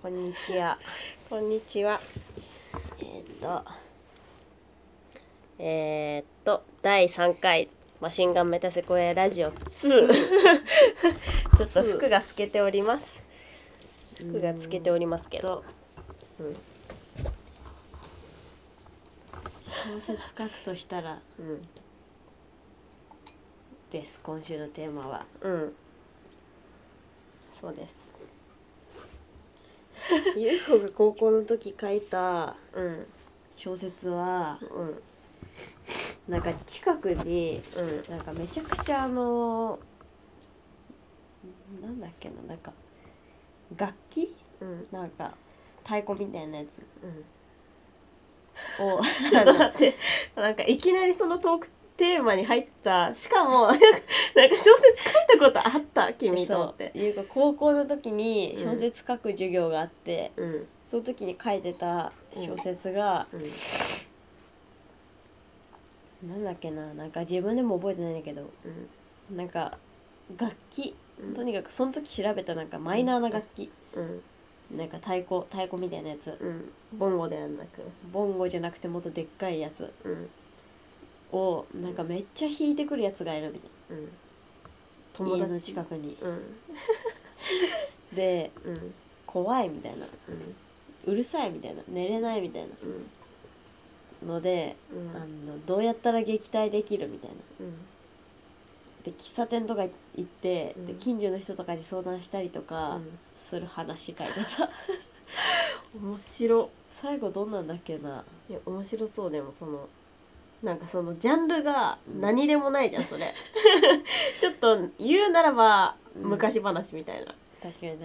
こんにちは。 こんにちは。第3回マシンガンメタセコイアラジオ2ちょっと服が透けております。服が透けておりますけど、 小説書くとしたらです。今週のテーマはそうです。 ゆいこが高校の時書いた小説は、なんか近くに、なんかめちゃくちゃなんだっけな、なんか楽器、なんか太鼓みたいなやつ、をちょっと待って、なんかいきなりそのトークテーマに入った。しかもなんか小説書いたことあった君と思って。 いうか高校の時に小説書く授業があって、その時に書いてた小説が、なんだっけな、なんか自分でも覚えてないんだけど、なんか楽器、とにかくその時調べたなんかマイナーな楽器、なんか太鼓みたいなやつ、 ボンゴではなくボンゴじゃなくてもっとでっかいやつ、をなんかめっちゃ弾いてくるやつがいるみたいな、友達の近くに、で、怖いみたいな、うるさいみたいな、寝れないみたいな、ので、どうやったら撃退できるみたいな、で喫茶店とか行って、で近所の人とかに相談したりとかする話書いてた。 面白。 最後どんなんだっけな。 いや面白そう。でもそのなんかそのジャンルが何でもないじゃん、それちょっと言うならば昔話みたいな、 確かに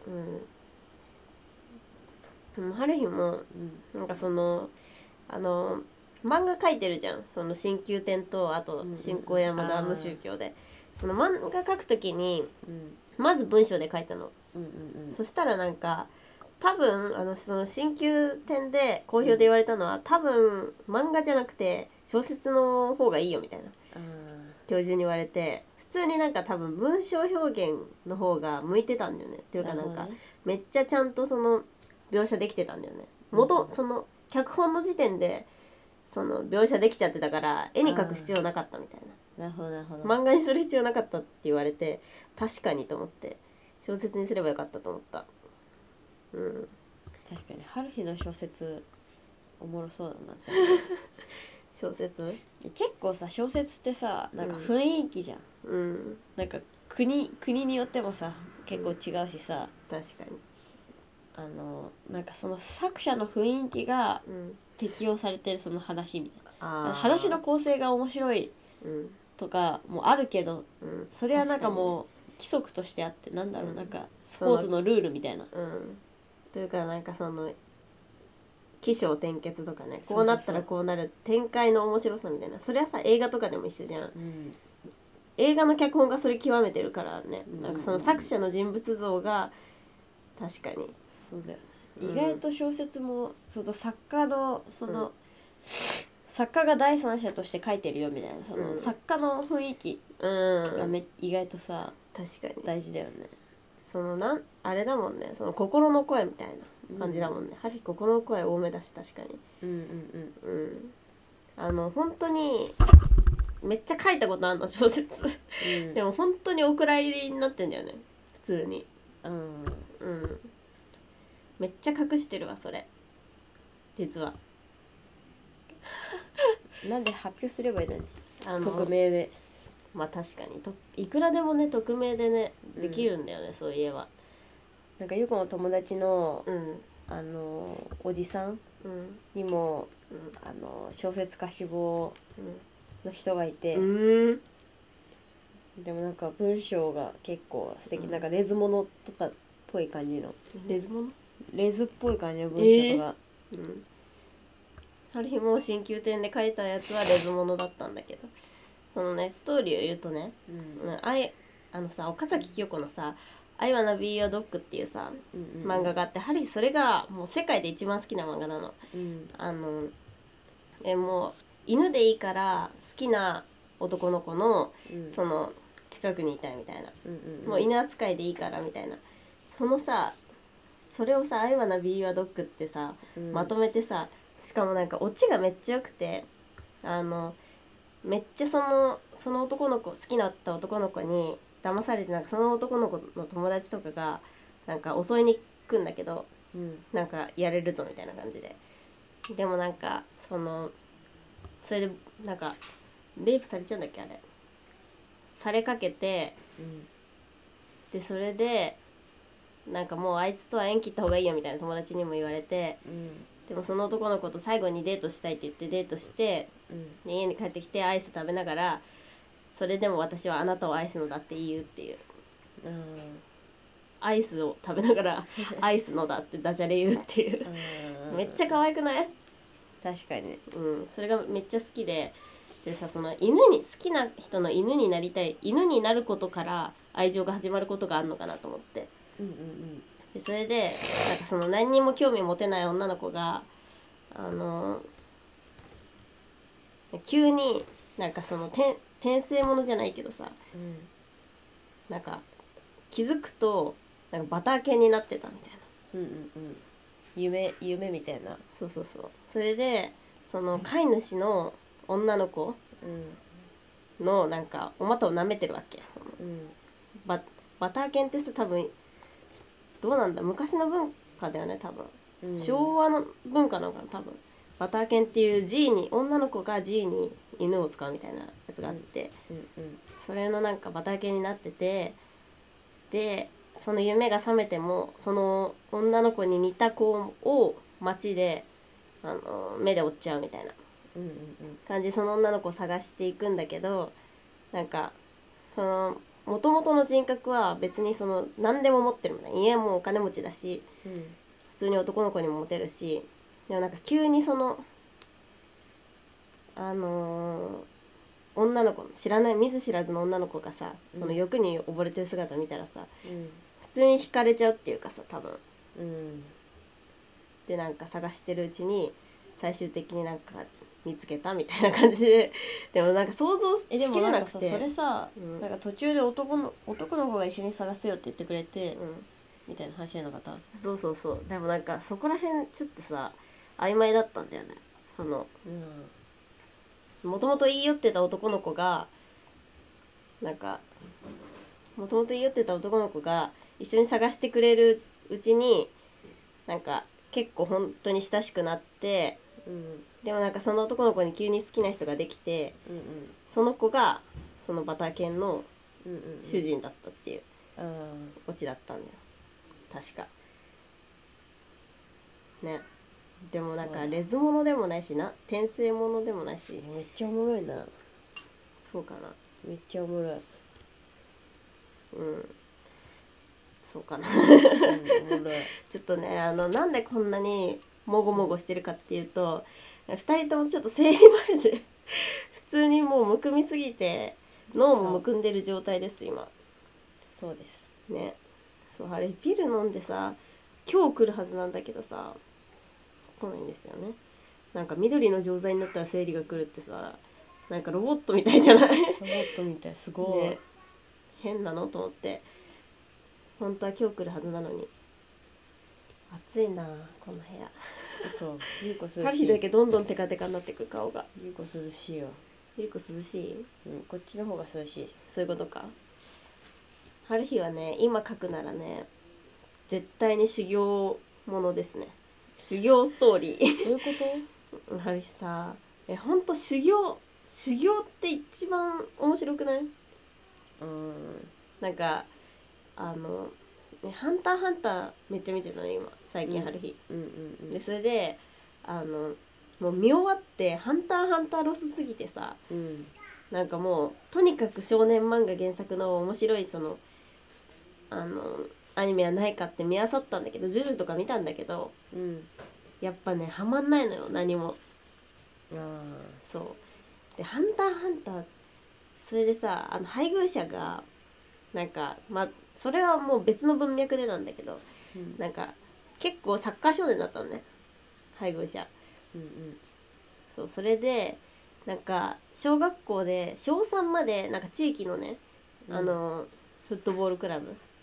春日もなんかその漫画描いてるじゃん、その新旧天とあと新高山ダム宗教で、その漫画描くときにまず文章で書いたの、そしたらなんか多分その新旧天で好評で言われたのは、多分漫画じゃなくて小説の方がいいよみたいな教授に言われて、普通になんか多分文章表現の方が向いてたんだよね。っていうかなんかめっちゃちゃんとその描写できてたんだよね。その脚本の時点でその描写できちゃってたから絵に描く必要なかったみたいな。 なるほど漫画にする必要なかったって言われて、確かにと思って小説にすればよかったと思った。 確かに春日の小説おもろそうだな小説結構さ、小説ってさ、なんか雰囲気じゃん、なんか国によってもさ結構違うしさ、 確かになんかその作者の雰囲気が適用されてるその話みたいな、話の構成が面白いとかもあるけど、それはなんかもう規則としてあって、なんだろう、なんかスポーツのルールみたいな、 というかなんかその起承転結とかね、こうなったらこうなる展開の面白さみたいな、それはさ映画とかでも一緒じゃん、映画の脚本がそれ極めてるからね、なんかその作者の人物像が確かにそうだよね、意外と小説もその作家のその、作家が第三者として書いてるよみたいな、その作家の雰囲気が意外とさ、 確かに大事だよね。 そのあれだもんね、その心の声みたいな感じだもんね。春日心の声多めだし、確かに本当にめっちゃ書いたことあるの小説でも本当にお蔵入りになってんだよね、普通に。めっちゃ隠してるわ、それ実は。 なんで発表すればいいのに、匿名で。 まあ確かにいくらでもね、匿名でねできるんだよね、そういえば。 なんかゆうこの友達の、おじさんにも、小説家志望の人がいて、でもなんか文章が結構素敵、なんかレズモノとかっぽい感じの、レズっぽい感じの文章とか、 春日も新旧展で書いたやつはレズモノだったんだけど、そのねストーリーを言うとね、岡崎清子のさ「I wanna be your dog」っていうさ、漫画があって、春日それがもう世界で一番好きな漫画なの。もう犬でいいから好きな男の子の、その近くにいたいみたいな、もう犬扱いでいいからみたいな、そのさそれをさ「アイワナビーワドッグ」ってさ、 うんまとめてさ、しかもなんかオチがめっちゃ良くて、めっちゃその男の子、好きだった男の子に騙されて、なんかその男の子の友達とかがなんか襲いに来るんだけど、 うんなんかやれるぞみたいな感じで、でもなんかそれでなんかレイプされちゃうんだっけ、あれされかけて、でそれでなんかもうあいつとは縁切った方がいいよみたいな友達にも言われて、でもその男の子と最後にデートしたいって言ってデートして、で家に帰ってきてアイス食べながら、それでも私はあなたを愛すのだって言うっていう、アイスを食べながら愛すのだってダジャレ言うっていうめっちゃ可愛くない？ 確かにね。 それがめっちゃ好きで、でさ、その好きな人の犬になりたい、犬になることから愛情が始まることがあるのかなと思って、でそれでなんかその何にも興味持てない女の子が急になんかその転生ものじゃないけどさ、なんか気づくとなんかバター犬になってたみたいな、 夢みたいな。 そうそれでその飼い主の女の子のなんかお股を舐めてるわけ。バター犬ってさ、多分どうなんだ、昔の文化だよね多分、昭和の文化なのかな多分。バター犬っていう G に女の子が G に犬を使うみたいなやつがあって、それのなんかバター犬になってて、でその夢が覚めてもその女の子に似た子を街で目で追っちゃうみたいな感じで、その女の子を探していくんだけど、なんかその元々の人格は別にその何でも持ってるみたいな、家もお金持ちだし、普通に男の子にもモテるし、でもなんか急にその女の子、知らない見ず知らずの女の子がさ、その欲に溺れてる姿を見たらさ、普通に惹かれちゃうっていうかさ多分、でなんか探してるうちに最終的になんか見つけたみたいな感じででもなんか想像しきでもれなんかさ、 なくて、 それさ、なんか途中で男の子が一緒に探せよって言ってくれて、みたいな話じゃなかった？ そうでもなんかそこら辺ちょっとさ曖昧だったんだよね。そのもともと言い寄ってた男の子が一緒に探してくれるうちになんか結構本当に親しくなって、でもなんかその男の子に急に好きな人ができて、その子がそのバター犬の主人だったっていうオチだったんだよ確かね。でもなんかレズものでもないしな、転生ものでもないし。 めっちゃおもろいな。 そうかな。 めっちゃおもろい。 そうかな。 おもろい。 ちょっとね、なんでこんなにもごもごしてるかっていうと、2人ともちょっと生理前で普通にもうむくみすぎて脳もむくんでる状態です今。 そうですね。そうあれピル飲んでさ今日来るはずなんだけどさ来ないんですよね。なんか緑の錠剤になったら生理が来るってさ、なんかロボットみたいじゃない？ ロボットみたい、すごい、 ね、変なのと思って。本当は今日来るはずなのに。暑いなこの部屋。 そうゆうこ涼しい。 春日だけどんどんテカテカになってくる顔が。 ゆうこ涼しいよ。 ゆうこ涼しい？ こっちの方が涼しい。 そういうことか。春日はね今書くならね絶対に修行ものですね。修行ストーリー。 どういうこと？ 春日さ、ほんと修行って一番面白くない？なんかハンターハンターめっちゃ見てたの今最近春日、でそれでもう見終わってハンターハンターロスすぎてさ、なんかもうとにかく少年漫画原作の面白いそのアニメはないかって見漁ったんだけど、ジュジュとか見たんだけど、やっぱねハマんないのよ何も。そうでハンターハンターそれでさ配偶者がなんかそれはもう別の文脈でなんだけど、なんか結構サッカー少年だったのね配偶者。そうそれでなんか小学校で小3までなんか地域のねフットボールクラブ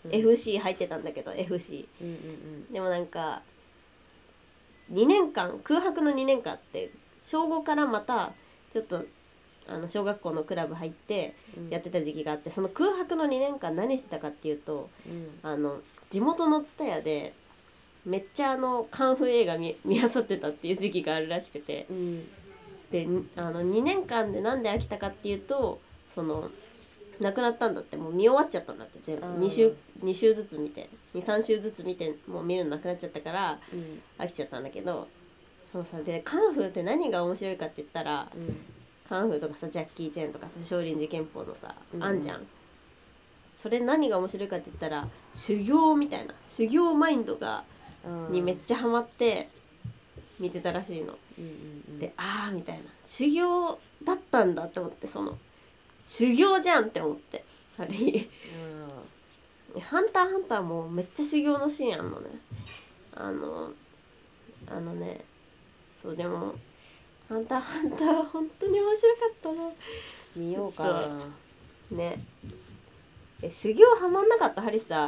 FC 入ってたんだけど FC うんうんでもなんか2年間空白の2年間あって小5からまたちょっと小学校のクラブ入ってうんやってた時期があって、その空白の2年間何してたかっていうとうん地元のツタヤでめっちゃカンフー映画見漁ってたっていう時期があるらしくて、 うんで2年間でなんで飽きたかっていうと亡くなったんだって、もう見終わっちゃったんだって全部2週ずつ見て23週ずつ見てもう見るのなくなっちゃったからうん飽きちゃったんだけど、そうさでカンフーって何が面白いかって言ったら、 うんカンフーとかさジャッキー・チェンとかさ少林寺拳法のさ、 うんあんじゃん。それ何が面白いかって言ったら修行みたいな修行マインドにめっちゃハマって見てたらしいの。 うんうんでみたいな修行だったんだって思って、修行じゃんって思って、あれハンターハンターもめっちゃ修行のシーンあんのね。そうでもハンターハンター本当に面白かったな。 見ようかな。 ね修行ハマんなかった？ハリさ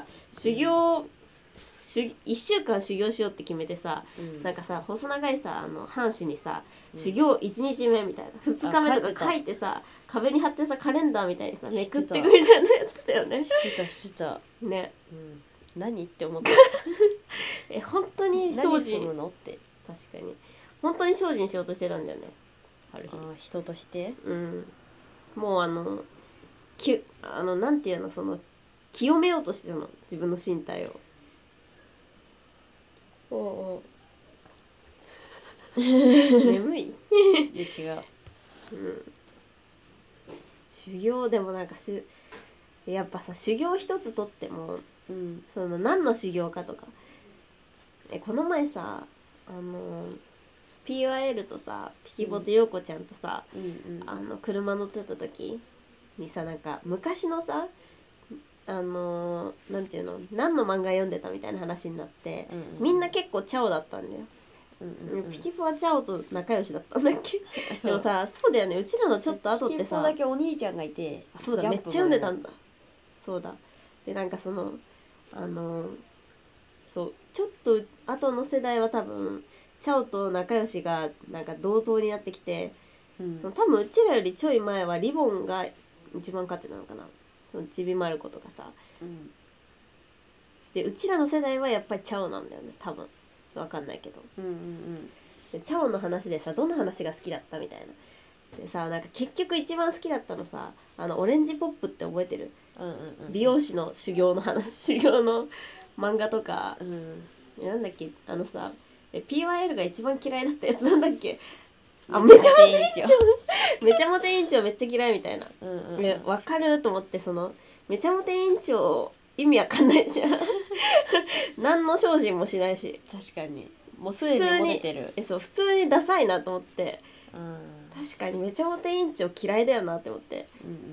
1週間修行しようって決めてさ、なんかさ細長いさ半紙にさ、修行1日目みたいな2日目とか書いてさ壁に貼ってさカレンダーみたいにさめくってくみたいなやつだよね。 してたね、 何って思った本当に精何す進るのって。 確かに本当に精進しようとしてたんだよね、ある日。 人としてもうなんていうの、清めようとしてるの、自分の身体を。眠いいや違う。 修行でもなんかやっぱさ修行一つとっても何の修行かとか、この前さPYL とさピキボとヨーコちゃんとさ、車乗ってた時にさ、なんか昔のさなんていうの、何の漫画読んでたみたいな話になって、みんな結構チャオだったんだよ。ピキポはチャオと仲良しだったんだっけでもさ、そうだよね、うちらのちょっと後ってさ、 ピキポだけお兄ちゃんがいて、 そうだめっちゃ読んでたんだ。そうだ。でなんかそうちょっと後の世代は多分チャオと仲良しがなんか同等になってきて、多分うちらよりちょい前はリボンが一番勝ってたのかな、ちびまる子とかさ、でうちらの世代はやっぱりチャオなんだよね、多分。わかんないけど、でチャオの話でさ、どの話が好きだったみたいなでさ、なんか結局一番好きだったのさ、オレンジポップって覚えてる？美容師の修行の話、修行の漫画とか、なんだっけさ、PYL が一番嫌いだったやつなんだっけ、めちゃモテ委員長めちゃモテ委員長めっちゃ嫌いみたいな、わかると思って、めちゃモテ委員長意味わかんないじゃん何の精進もしないし、 確かにもうすでにモテてる。 そう普通にダサいなと思って、確かにめちゃモテ委員長嫌いだよなって思って、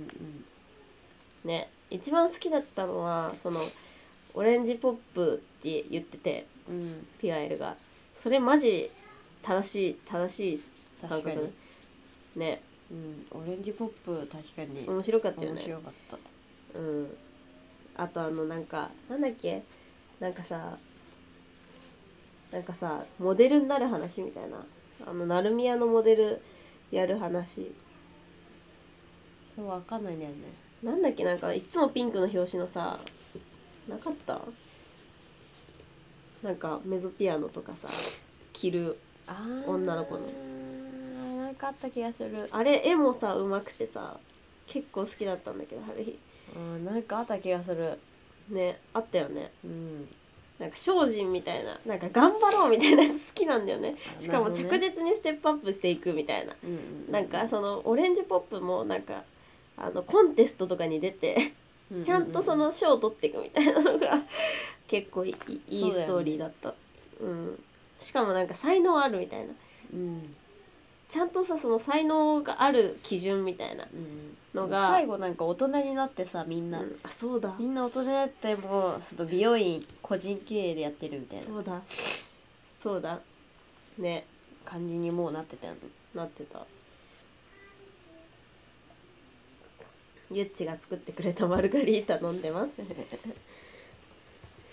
ね、一番好きだったのはオレンジポップって言ってて、ピアエルがそれマジ正しい感覚ね、 オレンジポップ確かに面白かったよね。 面白かった。 あとなんかなんだっけ、なんかさモデルになる話みたいな、ナルミヤのモデルやる話、 そうわかんないんだよね。 なんだっけ、なんかいつもピンクの表紙のさ、なかった？なんかメゾピアノとかさ着る女の子の、 なんかあった気がする。 あれ絵もさうまくてさ結構好きだったんだけど、春日。 なんかあった気がするね、あったよね。なんか精進みたいな、なんか頑張ろうみたいなやつ好きなんだよね。しかも着実にステップアップしていくみたいな、なんかオレンジポップもなんかコンテストとかに出てちゃんと賞を取っていくみたいなのが結構いいストーリーだった。しかもなんか才能あるみたいな、ちゃんとさ才能がある基準みたいなのが、 最後なんか大人になってさ、みんな、 そうだ、 みんな大人になっても美容院個人経営でやってるみたいな、 そうだね、 感じにもうなってたよね。 なってた。ゆっちが作ってくれたマルガリータ飲んでます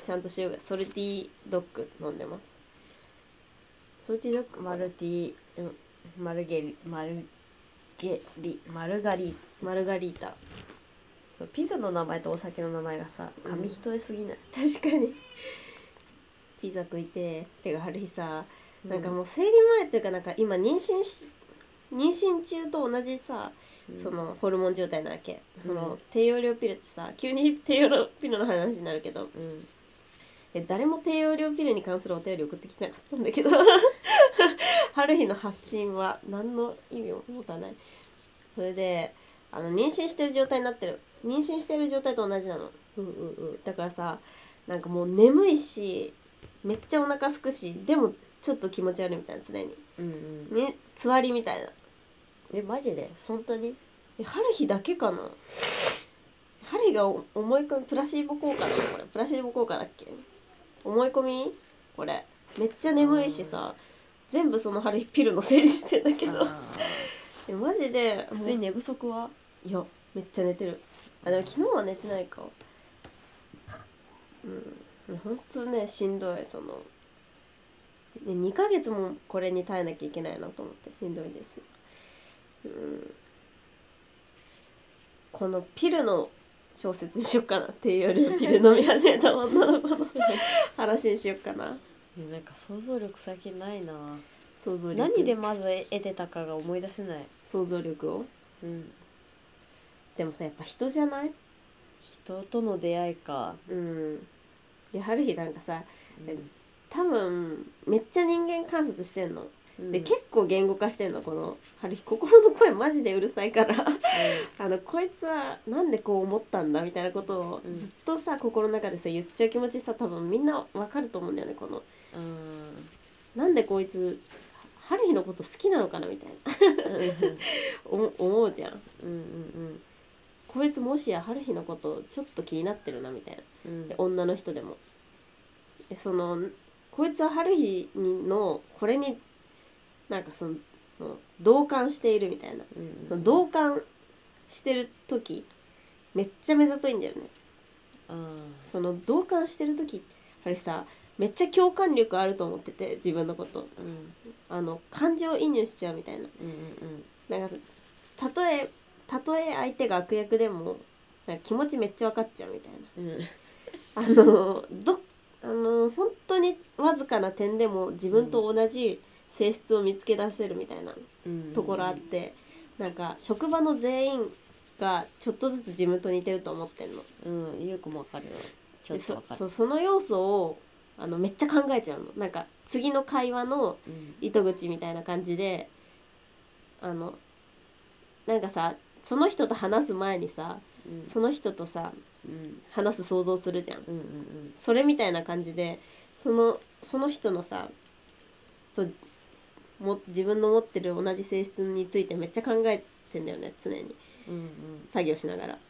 ちゃんと塩がソルティドッグ飲んでます。ソルティドッグマルティマルゲリマルゲリマルガリマルガリータ。 そうピザの名前とお酒の名前がさ紙一重すぎない？ 確かにピザ食いててか春日さ、なんかもう生理前っていうかなんか今妊娠中と同じさ、そのホルモン状態なわけ、その低用量ピルってさ、急に低用量ピルの話になるけど、誰も低用量ピルに関するお便り送ってきてなかったんだけど春日の発信は何の意味を持たない。それで妊娠してる状態になってる、妊娠してる状態と同じなの。だからさ、なんかもう眠いしめっちゃお腹すくし、でもちょっと気持ち悪いみたいな、常に、ね、つわりみたいな。 マジで本当に？ 春日だけかな。春日が思い込み、プラシーボ効果だねこれ。プラシーボ効果だっけ、思い込み。これめっちゃ眠いしさ、全部その春日ピルのせいにしてんだけどマジで普通に寝不足は？ いやめっちゃ寝てる。でも昨日は寝てないか。ほんとねしんどい。その2ヶ月もこれに耐えなきゃいけないなと思ってしんどいです。このピルの小説にしよっかなっていうよりピル飲み始めた女の子の話にしよっかな。 なんか想像力最近ないな。 想像力何でまず得てたかが思い出せない。 想像力を。でもさ、やっぱ人じゃない？ 人との出会いか。 で春日なんかさ、多分めっちゃ人間観察してんの、で結構言語化してんの。この春日心の声マジでうるさいからこいつはなんでこう思ったんだみたいなことをずっとさ、心の中でさ言っちゃう気持ちさ、多分みんなわかると思うんだよね。このなんでこいつ春日のこと好きなのかなみたいな思うじゃん。こいつもしや春日のことちょっと気になってるなみたいな、女の人でも。そのこいつは春日のこれになんかその同感しているみたいな、その同感してる時めっちゃ目ざといんだよね。その同感してる時あれさ、めっちゃ共感力あると思ってて、自分のこと、感情移入しちゃうみたいな、なんかたとえ相手が悪役でもなんか気持ちめっちゃ分かっちゃうみたいな、本当にわずかな点でも自分と同じ性質を見つけ出せるみたいなところあって、なんか職場の全員がちょっとずつ自分と似てると思ってんの。 ゆう子も分かるよ。ちょっと分かる。 その要素をめっちゃ考えちゃうの。なんか次の会話の糸口みたいな感じで、なんかさ、その人と話す前にさ、その人とさ、話す想像するじゃん。それみたいな感じでその人のさと自分の持ってる同じ性質についてめっちゃ考えてんだよね、常に、作業しながら。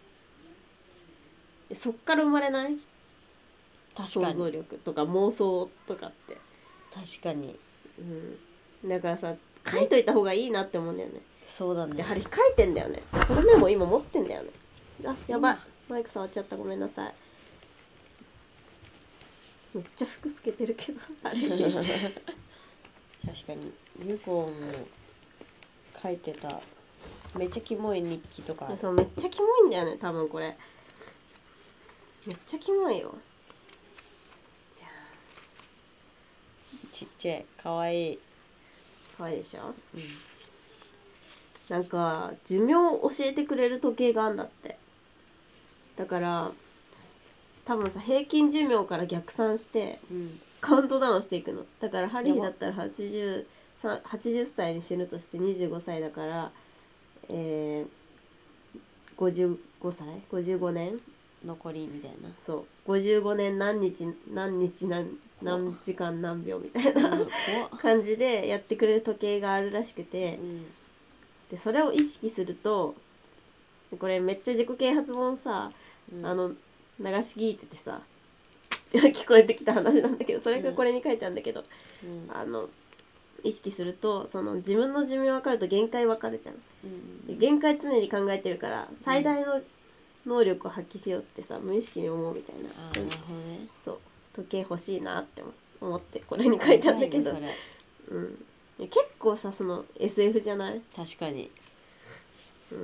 そっから生まれない？ 確かに。 想像力とか妄想とかって。 確かに。 だからさ、書いといた方がいいなって思うんだよね。 そうだね。 やはり書いてんだよね。そのメモ今持ってんだよね。やばい、マイク触っちゃった、ごめんなさい。めっちゃ服つけてるけどあれ確かにゆう子も書いてためっちゃキモい日記とか。 そう、めっちゃキモいんだよね、多分これめっちゃキモいよ。じゃちっちゃいかわいい。 かわいいでしょ。なんか寿命を教えてくれる時計があるんだって。だから多分さ、平均寿命から逆算してカウントダウンしていくの。だからハリーだったら80歳に死ぬとして25歳だから、55歳55年残りみたいな。 そう55年何日何時間何秒みたいな感じでやってくれる時計があるらしくて、でそれを意識すると、これめっちゃ自己啓発本さ、流し聞いててさ聞こえてきた話なんだけど、それがこれに書いてあるんだけど、意識するとその自分の寿命分かると限界分かるじゃん、で限界常に考えてるから最大の能力を発揮しようってさ、無意識に思うみたいな。 なるほどね。 そう時計欲しいなって思ってこれに書いたんだけど、 やばいねうん、結構さその SF じゃない？ それ確かに。 うん、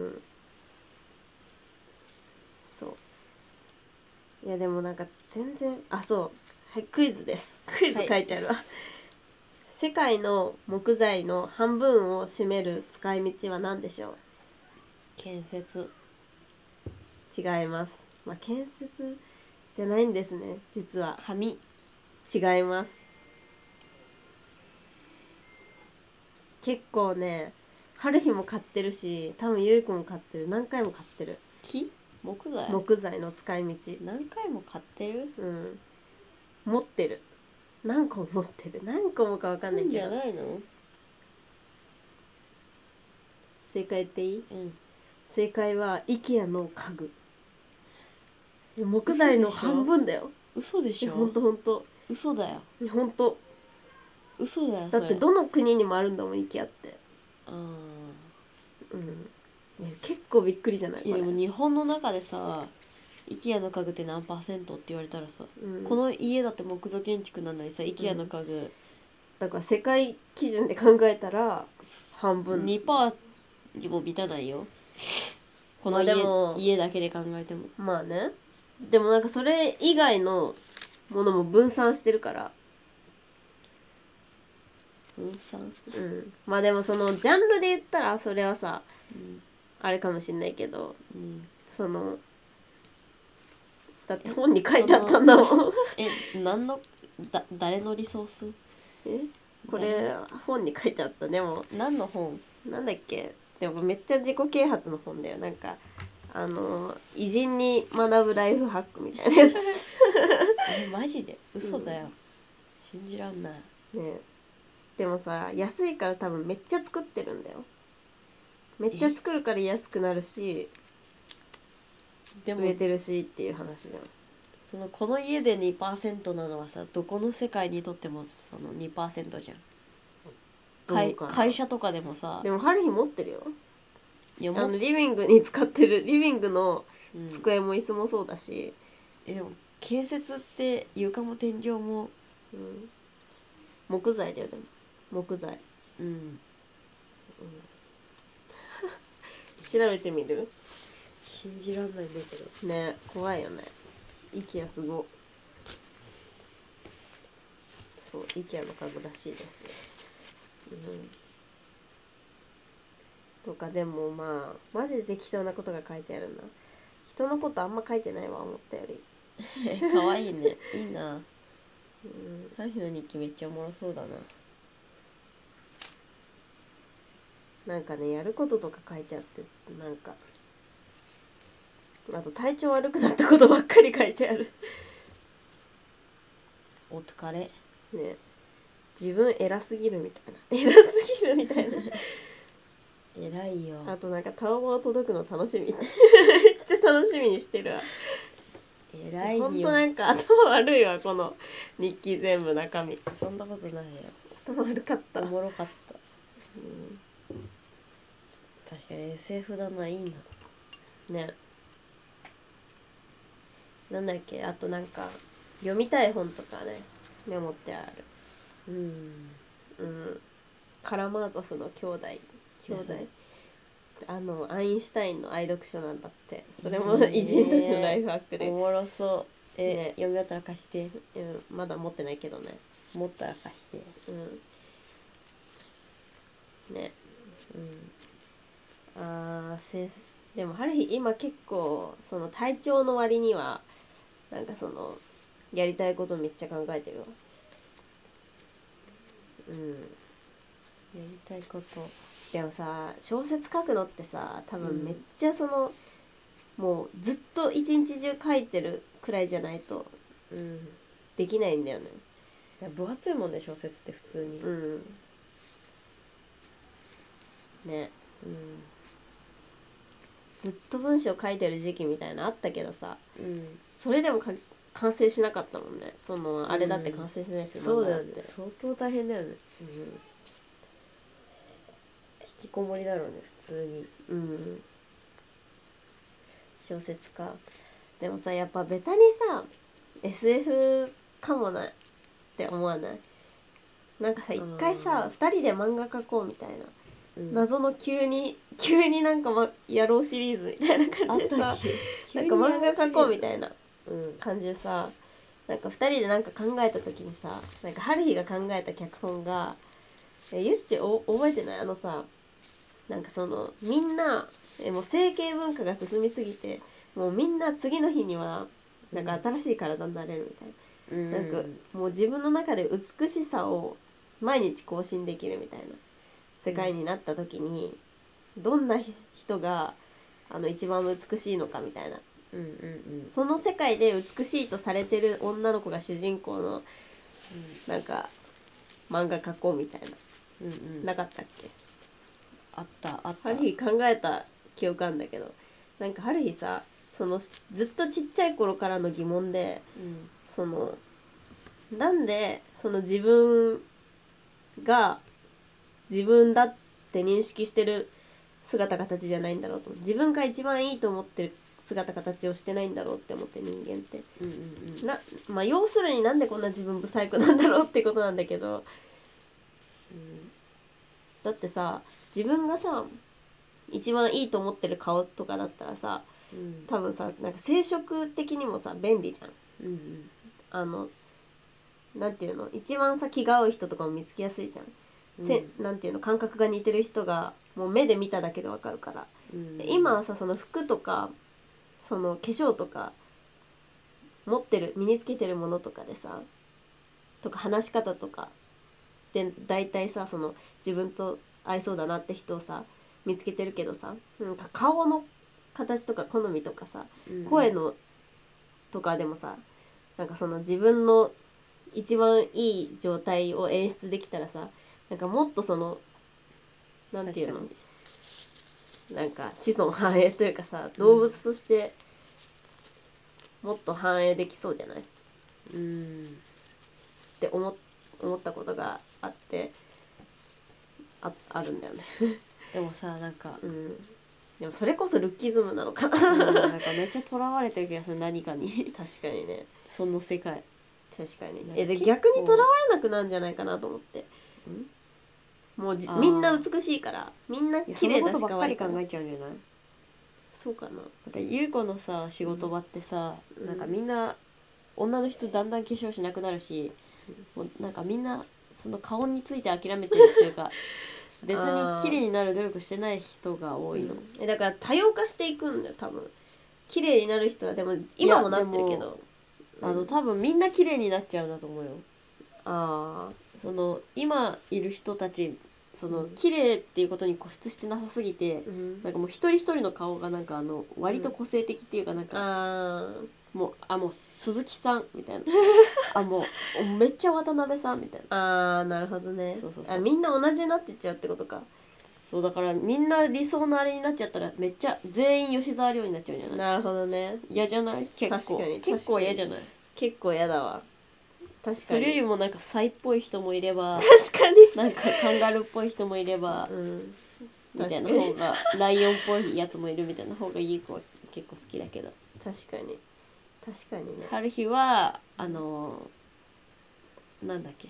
そういやでもなんか全然そうはいクイズです。クイズ書いてあるわ、世界の木材の半分を占める使い道は何でしょ建設。 う？違います。まあ建設じゃないんですね実は。 紙。 違います。結構ね春日も買ってるし多分ゆい子も買ってる。何回も買ってる。 木。木材。 木材の使い道。 何回も買ってる。 うん持ってる。何個も持ってる。何個もか分かんないいいんじけど。 ゃないの。 正解言っていい？ うん正解は IKEA の家具。木材の半分だよ。 嘘でしょ。 ほんとほんと嘘だよ。 ほんと。 嘘だよだってどの国にもあるんだもん IKEA って。 あね結構びっくりじゃない？ いやでも日本の中でさ IKEA の家具って何パーセントって言われたらさ、この家だって木造建築なのにさ IKEA の家具、 だから世界基準で考えたら半分。 2%にも満たないよこのまあでも家だけで考えても。 まあね。でもなんかそれ以外のものも分散してるから。 分散。 まあでもそのジャンルで言ったらそれはさ、 うんあれかもしんないけど、 うんそのだって本に書いてあったんだもん。 何の誰のリソース。 これ本に書いてあった。でも何の本。 なんだっけ。でもめっちゃ自己啓発の本だよ。なんか偉人に学ぶライフハックみたいなやつ。 マジで嘘だよ、信じらんない。 ね。でもさ安いから多分めっちゃ作ってるんだよ。めっちゃ作るから安くなるしでも売れてるしっていう話じそのこの家で 2% なのはさどこの世界にとってもその 2% じゃん。会社とかでもさ。 でも春日持ってるよ。 いやリビングに使ってるリビングの机も椅子もそうだし、 でも建設って床も天井も、 木材だよ。でも木材、調べてみる？ 信じらんないんだけどね。怖いよね。IKEAすご。そう IKEA の家具らしいですね。とかでもまあマジで適当なことが書いてあるな。人のことあんま書いてないわ思ったより。 かわいいね。いいな。春日の日記めっちゃおもろそうだな。 なんかねやることとか書いてあって、なんかあと体調悪くなったことばっかり書いてある。 お疲れ。 ね。自分偉すぎるみたいな。偉すぎるみたいな。 偉いよ。 あとなんかタワバ届くの楽しみ。めっちゃ楽しみにしてるわ。 偉いよ。 ほんとなんか頭悪いわこの日記全部中身。 そんなことないよ。 頭悪かった。 おもろかった。確かに SF だな。いいな。 ね。なんだっけ。あとなんか読みたい本とかねメモってある。カラマーゾフの兄弟アインシュタインの愛読書なんだって。それも偉人たちのライフハックで、 おもろそう。 ね、 読み終わったら貸して。 まだ持ってないけどね。 持ったら貸して。 ね。でも春日今結構その体調の割にはなんかそのやりたいことめっちゃ考えてるわ。 やりたいこと。 でもさ小説書くのってさ多分めっちゃその、もうずっと一日中書いてるくらいじゃないと、できないんだよね。 いや分厚いもんね小説って普通に。 ね。ずっと文章書いてる時期みたいなあったけどさ、それでも完成しなかったもんね。そのあれだって完成しないし、 そうだよね。相当大変だよね。引きこもりだろうね普通に。 小説か。でもさやっぱベタにさ SF かもないって思わない？なんかさ一回さ2人で漫画描こうみたいな、謎の急になんか、やろうシリーズみたいな感じでさ、なんか漫画描こうみたいな感じでさ、なんか2人でなんか考えた時にさ、なんか春日が考えた脚本がゆっち覚えてない？さ、なんかそのみんなもう整形文化が進みすぎて、もうみんな次の日にはなんか新しい体になれるみたいな、なんかもう自分の中で美しさを毎日更新できるみたいな世界になった時に、どんな人が一番美しいのかみたいな、その世界で美しいとされてる女の子が主人公のなんか漫画描こうみたいな、なかったっけ？ あった春日考えた記憶あるんだけど、なんか春日さ、そのずっとちっちゃい頃からの疑問で、そのなんでその自分が自分だって認識してる姿形じゃないんだろうと、自分が一番いいと思ってる姿形をしてないんだろうって思って、人間って、要するになんでこんな自分不細工なんだろうってことなんだけど、だってさ、自分がさ一番いいと思ってる顔とかだったらさ、多分さ、なんか生殖的にもさ便利じゃん。なんていうの、一番さ気が合う人とかも見つけやすいじゃん。なんていうの、感覚が似てる人がもう目で見ただけでわかるから、今はさ、その服とかその化粧とか持ってる身につけてるものとかでさ、とか話し方とかで大体さ、その自分と合いそうだなって人をさ見つけてるけどさ、なんか顔の形とか好みとかさ、声のとかでもさ、なんかその自分の一番いい状態を演出できたらさ、なんかもっとそのなんていうの、なんか子孫繁栄というかさ、動物としてもっと繁栄できそうじゃない？って思ったことがあって、あるんだよね。 でもさ、なんか、 でもそれこそルッキズムなのかな。 なんかめっちゃとらわれてる気がする、何かに。 確かにね。 その世界。 確かに。で逆にとらわれなくなるんじゃないかなと思って。もうみんな美しいから、みんな綺麗だし可愛いから。 考えちゃうんじゃない？ そうかな。 なんか優子のさ仕事場ってさ、なんかみんな女の人だんだん化粧しなくなるし、もうなんかみんなその顔について諦めてるっていうか、別に綺麗になる努力してない人が多いの。 だから多様化していくんだよ多分。綺麗になる人はでも今もなってるけど、 多分みんな綺麗になっちゃうんだと思うよ。その今いる人たち、その綺麗っていうことに固執してなさすぎて、なんかもう一人一人の顔がなんか割と個性的っていうか、なんか、もう鈴木さんみたいなもうめっちゃ渡辺さんみたいな。なるほどね。 そうみんな同じになってっちゃうってことか。 そうだからみんな理想のあれになっちゃったらめっちゃ全員吉沢亮になっちゃうんじゃない？ なるほどね。 嫌じゃない？結構嫌じゃない？ 結構嫌だわ。確かに。 それよりもなんかサイっぽい人もいれば、 確かになんかカンガルーっぽい人もいれば、みたいな方が、ライオンっぽいやつもいるみたいな方がいい子は結構好きだけど。 確かにね。 春日はなんだっけ、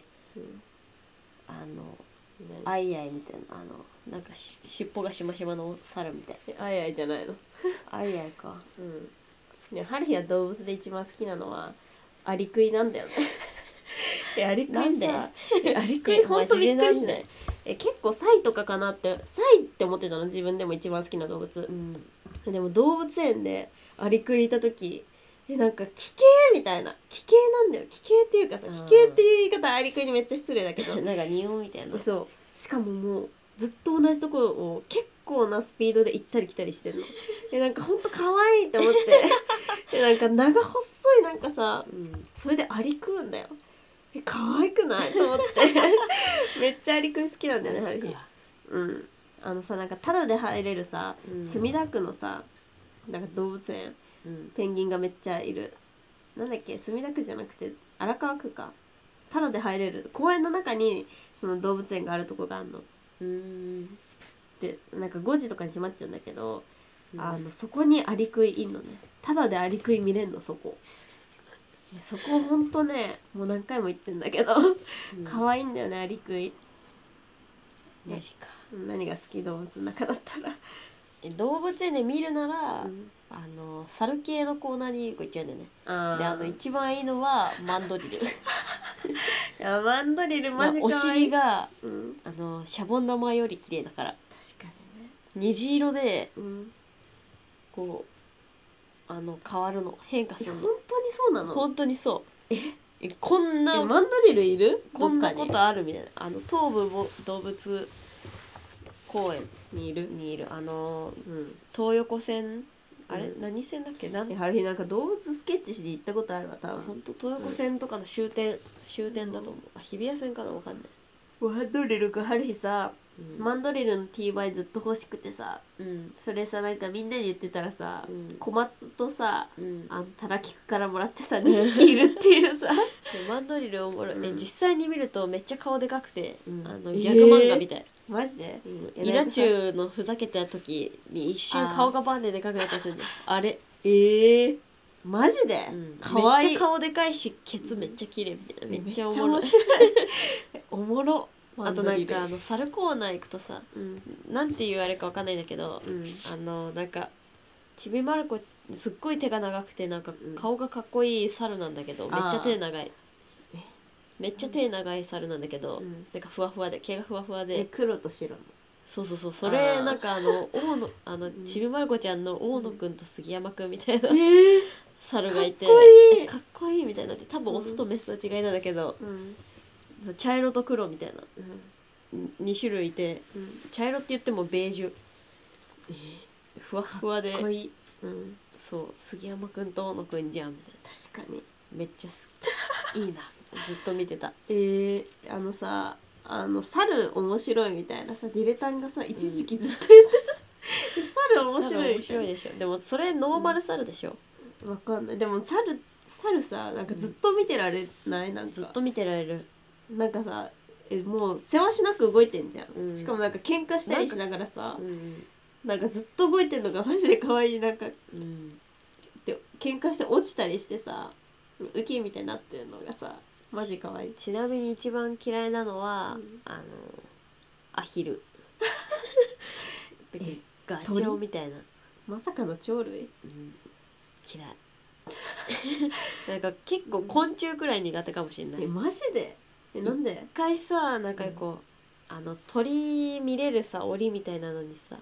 アイアイみたいな、なんか尻尾がしましまの猿みたいな。アイアイじゃないの？ アイアイか。 ね、春日は動物で一番好きなのはアリクイなんだよね。アリクイさ、アリクイほんとびっくりしない？結構サイとかかなって、サイって思ってたの、自分でも一番好きな動物。でも動物園でアリクイいた時、なんか奇形みたいな、奇形なんだよ。奇形っていうかさ、奇形っていう言い方アリクイにめっちゃ失礼だけどなんか仁王みたいな。 そう、しかももうずっと同じところを結構なスピードで行ったり来たりしてるの。なんかほんと可愛いって思ってなんか長細いなんかさ、それでアリ食うんだよ。可愛くないと思ってめっちゃアリクイ好きなんだよね、春日。さ、なんかタダで入れるさ、墨田区のさ、なんか動物園、ペンギンがめっちゃいる、なんだっけ、墨田区じゃなくて荒川区か、タダで入れる公園の中にその動物園があるとこがあるの。でなんか5時とかに閉まっちゃうんだけど、そこにアリクイいんのね。タダでアリクイ見れんの、そこ。 そこほんとねもう何回も言ってんだけど可愛いんだよねアリクイ。 マジか。 何が好き動物の中だったら動物園で見るなら、 うん、 猿系のコーナーによく行っちゃうんだよね。 あで一番いいのはマンドリル。 いやマンドリルマジ可愛い。 お尻が、 うん、 シャボン玉より綺麗だから。 確かにね。 虹色で、 うん、 こう変わるの、変化するの。 本当にそうなの？ 本当にそう。こんなマンドリルいる？ こんなことあるみたいな。東武動物公園にいる東横線、あれ、何線だっけ？ やはりなんか動物スケッチしに行ったことあるわ多分。 ほんと東横線とかの終点だと思う。日比谷線かな、わかんない。 マンドリルがある日さ、マンドリルの TY ずっと欲しくてさ、それさなんかみんなに言ってたらさ、小松とさ、タラキクからもらってさ2匹いるっていうさマンドリルおもろい。実際に見るとめっちゃ顔でかくて、ギャグ漫画みたい。 マジで？ イラチュウのふざけた時に一瞬顔がバンででかくなったりするんだよ。あれマジで？ かわいい。めっちゃ顔でかいしケツめっちゃ綺麗みたいな。めっちゃおもろい。おもろ。あとなんか猿コーナー行くとさ、なんていうあれかわかんないんだけど、なんかちびまる子すっごい手が長くてなんか顔がかっこいい猿なんだけど、めっちゃ手長い。めっちゃ手長い猿なんだけど、なんかふわふわで毛がふわふわで。 黒と白の。 そうそうそう。それなんか大野ちびまる子ちゃんの大野くんと杉山くんみたいな猿がいて、かっこいいみたいなって、多分オスとメスの違いなんだけど、茶色と黒みたいな、2種類いて、茶色って言ってもベージュ、ふわふわで、 かっこいい。 そう杉山くんと大野くんじゃんみたいな。 確かにめっちゃ好き。いいな、ずっと見てた。 さ猿面白いみたいなさディレタンがさ一時期ずっと言ってさ、猿面白い。 面白いでしょ。でもそれノーマル猿でしょ。 わかんない。でも猿さなんかずっと見てられない？なんかずっと見てられる。 なんかさもうせわしなく動いてんじゃん、しかもなんか喧嘩したりしながらさなんかずっと動いてんのがマジで可愛い。なんか、で喧嘩して落ちたりしてさウキみたいになってるのがさマジ可愛い。 ちなみに一番嫌いなのは、アヒル。ガチョウみたいな。 まさかの鳥類？ 嫌い。なんか結構昆虫くらい苦手かもしれない。 マジで？なんで？ 一回さなんかこう、鳥見れるさ檻みたいなのにさ、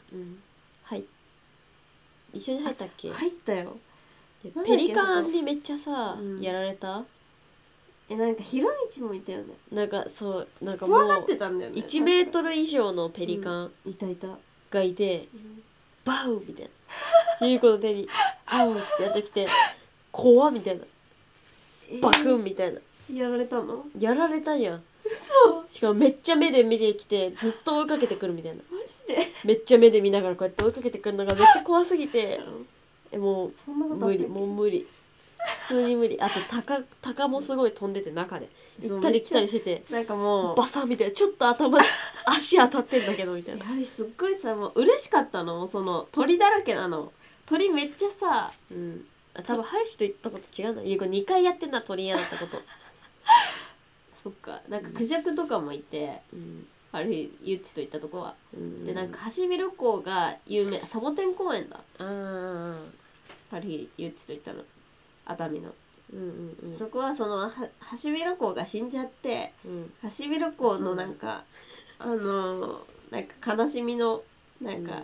一緒に入ったっけ？ 入ったよ。 ペリカンにめっちゃさ、やられた？ なんかひろみちもいたよね。 なんかそうなんかもう怖がってたんだよね。 1メートル以上のペリカンいたがいて、バウみたいな、ゆう子の手にバウってやってきて、怖みたいな、バクンみたいな。 やられたの？ やられたじゃん。 そう。 しかもめっちゃ目で見てきてずっと追いかけてくるみたいな。 マジで？ めっちゃ目で見ながらこうやって追いかけてくるのがめっちゃ怖すぎてもうそんなことあったっけ？ 無理、普通に無理。あと鷹もすごい飛んでて中で行ったり来たりしてて、 なんかもうバサみたいな、ちょっと頭足当たってんだけどみたいな。 やはりすっごいさもう嬉しかったの。その鳥だらけなの。鳥めっちゃさ、 多分春日と言ったこと違うんだ。ゆう子2回やってんな、鳥嫌だったこと。 そっか。なんかクジャクとかもいて、ある日ゆっちと行ったとこは、でなんかハシビロコウが有名、サボテン公園だ。ある日ゆっちと行ったの、熱海の。そこはそのハシビロコウが死んじゃって、ハシビロコウのなんかなんか悲しみのなんか、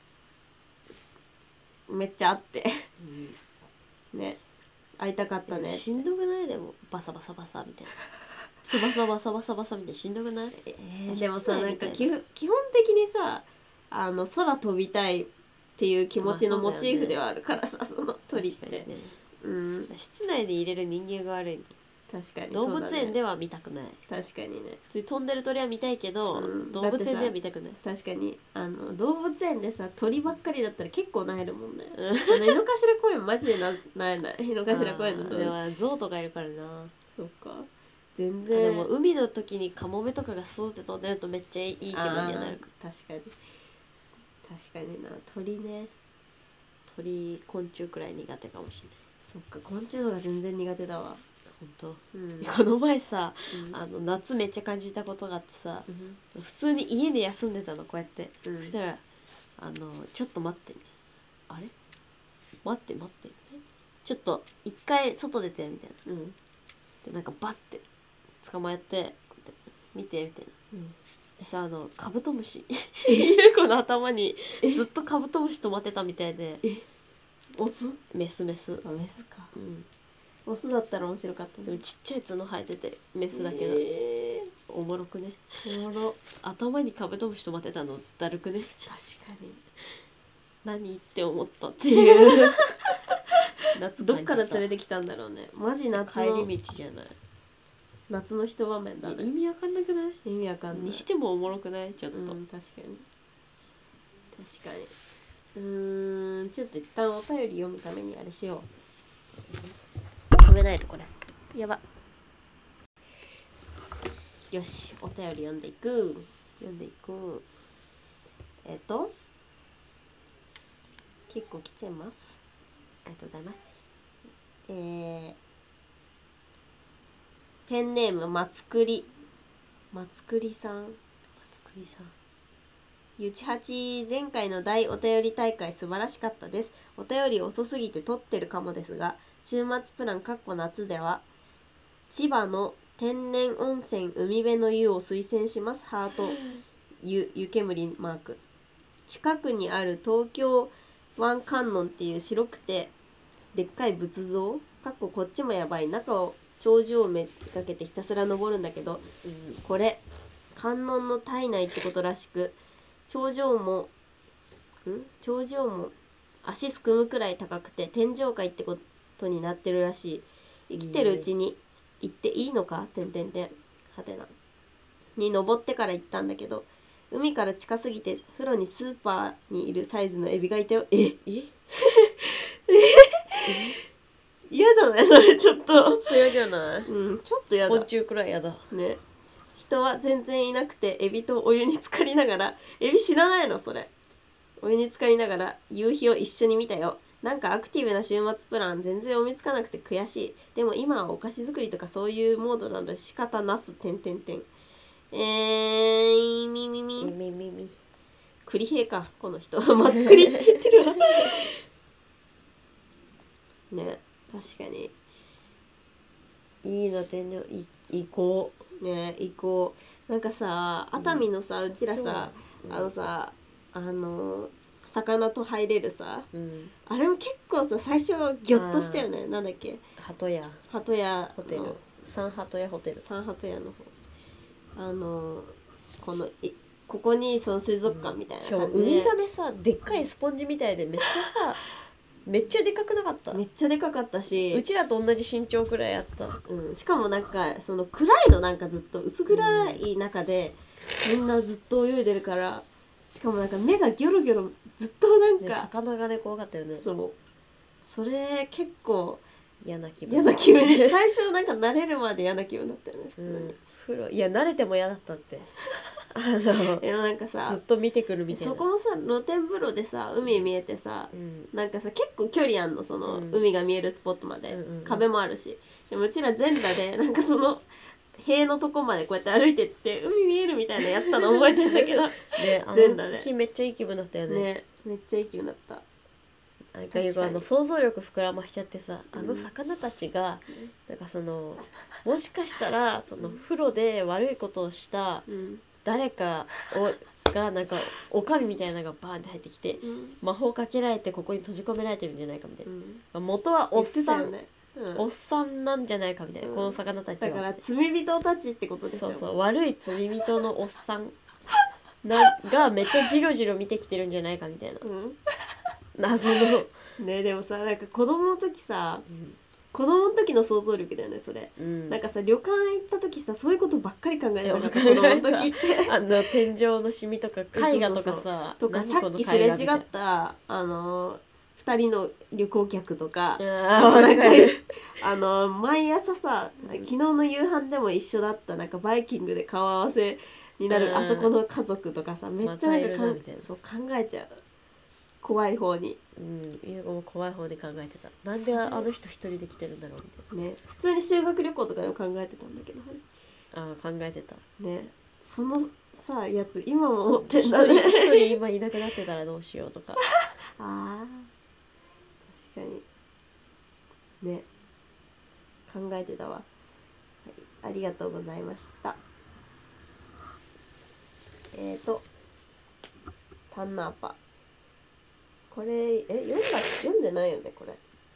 めっちゃあってね、会いたかったね。 しんどくない？でもバサバサバサみたいな、翼バサバサバサみたいな、しんどくない？ でもさなんか基本的にさ空飛びたいっていう気持ちのモチーフではあるからさ、その鳥って、 室内で入れる人間が悪い。 確かに動物園では見たくない。 確かにね。 普通に飛んでる鳥は見たいけど、動物園では見たくない。 確かに動物園でさ鳥ばっかりだったら結構萎えるもんね。井の頭公園マジで萎えない。井の頭公園のでもゾウとかいるからな。 そっか。全然。 でも海の時にカモメとかがスーって飛んでるとめっちゃいい気分にはなる。 確かにな。鳥ね。 鳥昆虫くらい苦手かもしれない。 そっか、昆虫のが全然苦手だわ。 本当、 うんこの前さ、 うん夏めっちゃ感じたことがあってさ、 うん普通に家で休んでたのこうやって、 うんそしたらちょっと待ってみたいな、あれ待ってみたいな、ちょっと一回外出てみたいな、 うんでなんかバッて捕まえてこうやって見てみたいな、 うんでさカブトムシゆう子の頭にずっとカブトムシ止まってたみたいで、 オス？ メス、 あ、メスか。 うんオスだったら面白かったでもちっちゃい角生えててメスだけど、おもろくね。 おもろ。 頭にカブトムシ止まってたのだるくね。 確かに。 何って思ったっていう夏どっから連れててきたんだろうね。マジ夏帰のり道じゃない。 夏の一場面だね。 意味わかんなくない？ 意味わかんない。 にしてもおもろくない？ちょっと、 確かに。確かに。ちょっと一旦お便り読むためにあれしよう。止めないとこれ。やば。よし、お便り読んでいく。 読んでいこ結構来てます。 う。ありがとうございます。 ペンネーム松栗さん。 つくりさん。 ゆちはち、前回の大お便り大会素晴らしかったです。お便り遅すぎて撮ってるかもですが、週末プラン夏では千葉の天然温泉海辺の湯を推薦します。ハート湯煙マーク。近くにある東京湾観音っていう白くてでっかい仏像こっちもやばい、中を頂上をめがけてひたすら登るんだけど、これ観音の体内ってことらしく、頂上も足すくむくらい高くて天上界ってことになってるらしい。生きてるうちに行っていいのかはてなに登ってから行ったんだけど、海から近すぎて風呂にスーパーにいるサイズのエビがいたよ。嫌だねそれ。ちょっちょっと嫌じゃない？ ちょっと嫌だ昆虫くらい嫌だね。人は全然いなくて、エビとお湯に浸かりながら、エビ知らないのそれ。お湯に浸かりながら夕日を一緒に見たよ。なんかアクティブな週末プラン全然思いつかなくて悔しい。でも今はお菓子作りとかそういうモードなので仕方なす。栗平かこの人。松栗って言ってるわね、確かにいいな。天然行こうね。行こう。なんかさ、熱海のさ、うちらさ、魚と入れるさ、あれも結構さ、最初ギョッとしたよね。なんだっけ、 鳩屋ホテル、 サンハト屋ホテル、 サンハト屋の方、ここにその水族館みたいなしかも感じで、 ウミガメさ、でっかいスポンジみたいでめっちゃさめっちゃでかくなかった？ めっちゃでかかったし、 うちらと同じ身長くらいあった。 しかもなんかその暗いの、なんかずっと薄暗い中で、みんなずっと泳いでるから、しかもなんか目がギョロギョロずっとなんか、 魚がね怖かったよね。 それ結構嫌な気分で最初なんか慣れるまで嫌な気分だったよね普通に。 風呂、いや慣れても嫌だったって。 なんかさ、 ずっと見てくるみたいな。 そこもさ露天風呂でさ、海見えてさ、なんかさ結構距離あんの、その、海が見えるスポットまで、壁もあるし。でもうちら全裸でなんかその塀のとこまでこうやって歩いてって海見えるみたいなやったの覚えてんだけどね、 全裸で日めっちゃいい気分だったよね。 めっちゃいい気分だった。 なんか想像力膨らましちゃってさ、魚たちがなんかもしかしたらその風呂で悪いことをした誰かがなんかおかみみたいなのがバーンって入ってきて、魔法かけられてここに閉じ込められてるんじゃないかみたいな、元はおっさん、おっさんなんじゃないかみたいな、この魚たちはだから罪人たちってことでしょ。 そう悪い罪人のおっさんがめっちゃジロジロ見てきてるんじゃないかみたいな、謎のね。でもさ、なんか子供の時さ、子供の時の想像力だよねそれ、なんかさ旅館行った時さ、そういうことばっかり考えてなかった子供の時って天井のシミとか絵画とかさ、 とかさっきすれ違った2人の旅行客とか、毎朝さ、昨日の夕飯でも一緒だったなんかバイキングで顔合わせになるあそこの家族とかさ、めっちゃなんかそう考えちゃう。 怖い方に。 優子も怖い方で考えてた。なんであの人一人で来てるんだろうみたいね、普通に修学旅行とかでも考えてたんだけどな。考えてた。 ね、そのさやつ今も持って一んだね。 人今いなくなってたらどうしようとか。 あー確かにね、考えてたわ。はい、ありがとうございました。タンナーパ、これ読んでないよねこれ。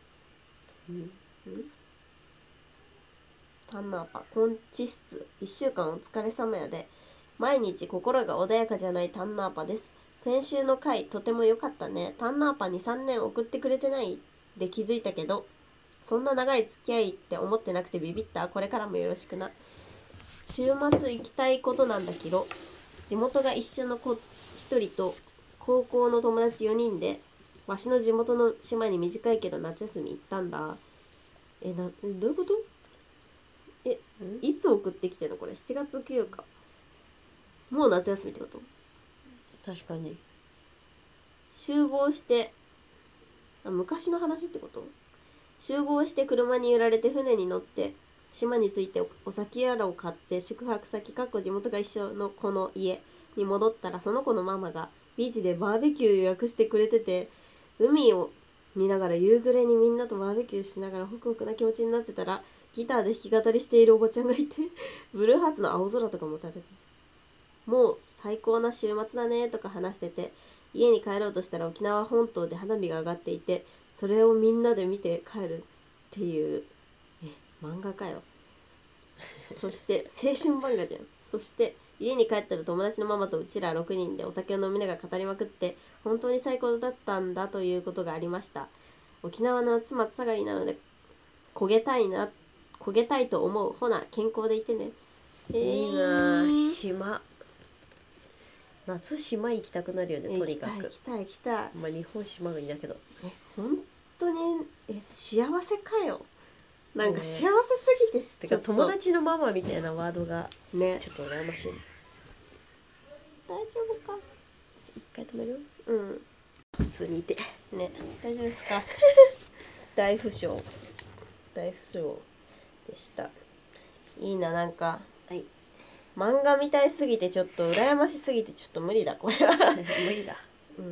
タンナーパ、コンチッス、1週間お疲れ様やで。毎日心が穏やかじゃないタンナーパです。先週の回とても良かったね。タンナーパに3年送ってくれてないで気づいたけど、そんな長い付き合いって思ってなくてビビった。これからもよろしくな。週末行きたいことなんだけど、地元が一緒の子1人と高校の友達4人でわしの地元の島に短いけど夏休み行ったんだ。どういうこと？いつ送ってきてんのこれ。7月9日。もう夏休みってこと？ 確かに。 集合して昔の話ってこと？集合して車に揺られて船に乗って島に着いてお酒やらを買って宿泊先地元が一緒の子の家に戻ったら、その子のママがビーチでバーベキュー予約してくれてて、海を見ながら夕暮れにみんなとバーベキューしながらホクホクな気持ちになってたら、ギターで弾き語りしているおばちゃんがいてブルーハーツの青空とかも歌ってて、もう最高な週末だねとか話してて、家に帰ろうとしたら沖縄本島で花火が上がっていて、それをみんなで見て帰るっていう、漫画かよそして青春漫画じゃん。そして家に帰ったら友達のママとうちら6人でお酒を飲みながら語りまくって、本当に最高だったんだということがありました。沖縄の夏真っ盛りなので焦げたいと思う。ほな健康でいてね。 いいな島。夏島行きたくなるよね。とにかく行きたいまあ日本島国だけど、 本当に幸せかよ。なんか幸せすぎててか友達のママみたいなワードがね、 ちょっと羨ましい。 大丈夫か。 一回止める？ 普通にいてね、大丈夫ですか大不詳でした。いいな、なんか、 はい、 漫画みたいすぎてちょっと羨ましすぎてちょっと無理だこれは無理だ。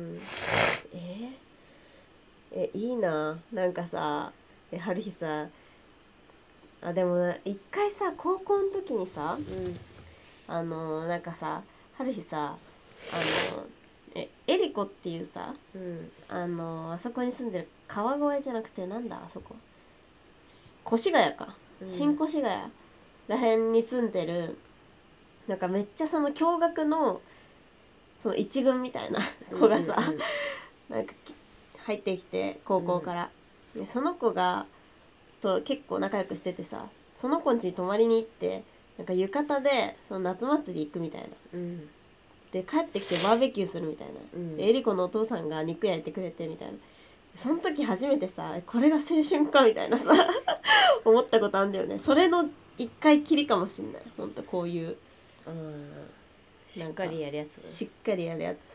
いいな。なんかさ、春日さ、でもな、一回さ高校の時にさ、なんかさ、春日さ、エリコっていうさ、あそこに住んでる川越じゃなくてなんだあそこ、越谷か、新越谷らへんに住んでる、なんかめっちゃその共学のその一軍みたいな子がさ、なんか入ってきて高校から、でその子がと結構仲良くしててさ、その子ん家に泊まりに行って、なんか浴衣でその夏祭り行くみたいな、で帰ってきてバーベキューするみたいな、でエリコのお父さんが肉焼いてくれてみたいな、その時初めてさ、これが青春かみたいなさ思ったことあんだよね。それの一回きりかもしんない。ほんとこういうしっかりやるやつ。 しっかりやるやつ。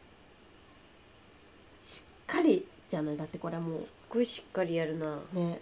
しっかりじゃない。だってこれはもうすっごいしっかりやるな。 ね。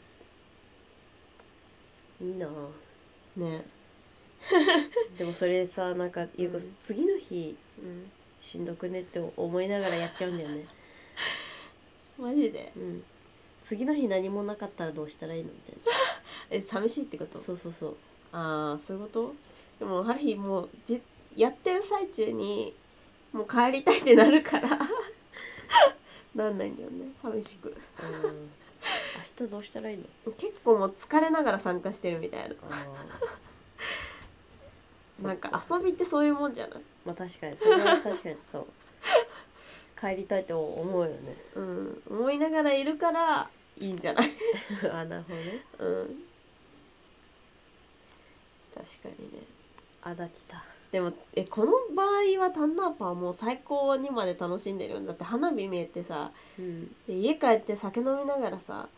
いいな。 ね。 でもそれさ、なんかゆうこ次の日、しんどくねって思いながらやっちゃうんだよね。 マジで。 次の日何もなかったらどうしたらいいのみたいな。 寂しいってこと？ そう。 ああ、そういうこと？でもある日もうやってる最中にもう帰りたいってなるからなんないんだよね、寂しく。 明日どうしたらいいの？ 結構もう疲れながら参加してるみたいな。なんか遊びってそういうもんじゃない？ まあ確かにそれは確かにそう。帰りたいと思うよね。 思いながらいるからいいんじゃないなるほどね。 確かにね。 だってた。 でもこの場合はタンナーパーはもう最高にまで楽しんでるんだって。花火見えてさ、で家帰って酒飲みながらさ、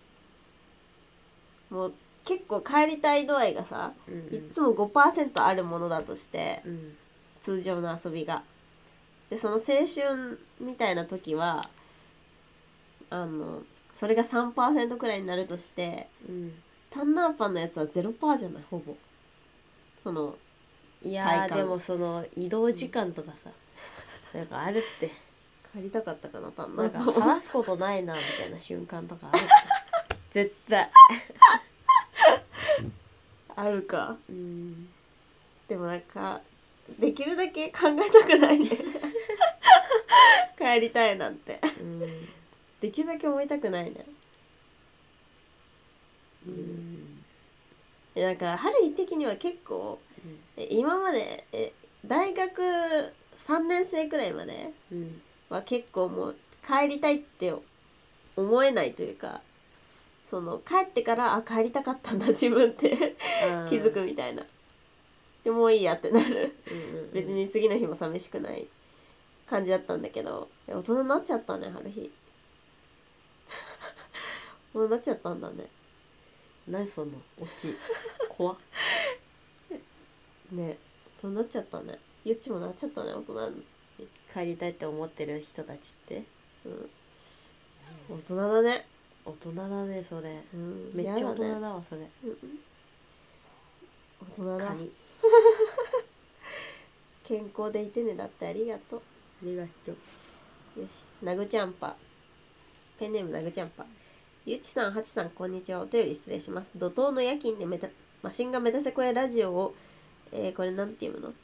もう結構帰りたい度合いがさ、いつも 5% あるものだとして、通常の遊びが。でその青春みたいな時はそれが 3% くらいになるとして、タンナーパンのやつは 0% じゃない、ほぼ。そのいやでもその移動時間とかさ、なんかあるって帰りたかったかな、タンナなんーパン。 か話すことないなみたいな瞬間とかあるって絶対あるか。でもなんかできるだけ考えたくないね帰りたいなんてできるだけ思いたくないね。なんか春日的には結構、今まで大学3年生くらいまでは結構もう帰りたいって思えないというか、その帰ってから帰りたかったんだ自分って気づくみたいな。でもういいやってなる別に次の日も寂しくない感じだったんだけど、大人になっちゃったね、春日大人になっちゃったんだね。 何そのオチ怖っね、大人になっちゃったね。ゆっちもなっちゃったね、大人に。 帰りたいって思ってる人たちって大人だね。 大人だねそれ、めっちゃ大人だわそれ、 大人だ。健康でいてねだってありがとう。 ありがとう。 よし、なぐちゃんぱ。ペンネームなぐちゃんぱ。ゆちさん、はちさん、こんにちは。お便り失礼します。怒涛の夜勤でマシンガメタセコヤラジオを、これなんていうの？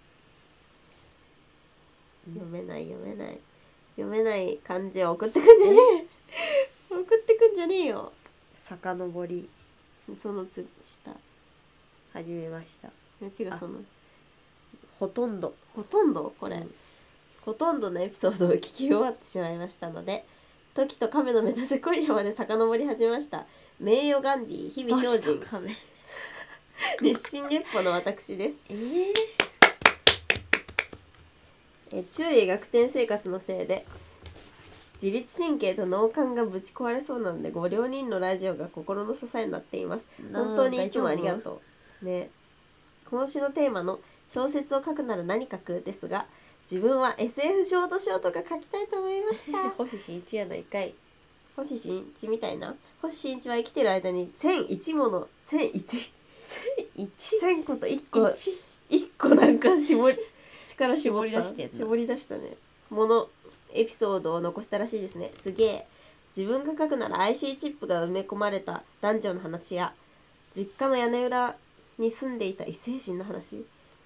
読めない漢字を送ってくんじゃねえ送ってくんじゃねえよ。 遡りその下始めました。 違う、そのほとんどこれ、ほとんどのエピソードを聞き終わってしまいましたので、時と亀のメタセコイアまで遡り始めました。名誉ガンディ、日々精進、日進月歩の私です。昼夜逆転生活のせいで自律神経と脳幹がぶち壊れそうなので、ご両人のラジオが心の支えになっています。本当にいつもありがとうね。今週のテーマの小説を書くなら何書くですが、自分は SF ショートショートが書きたいと思いました星新一やないかい。 星新一みたいな。星新一は生きてる間に1001もの1001個と1個なんか力絞り出したねものエピソードを残したらしいですね。すげえ。自分が書くなら IC チップが埋め込まれた男女の話や、実家の屋根裏に住んでいた異星人の話。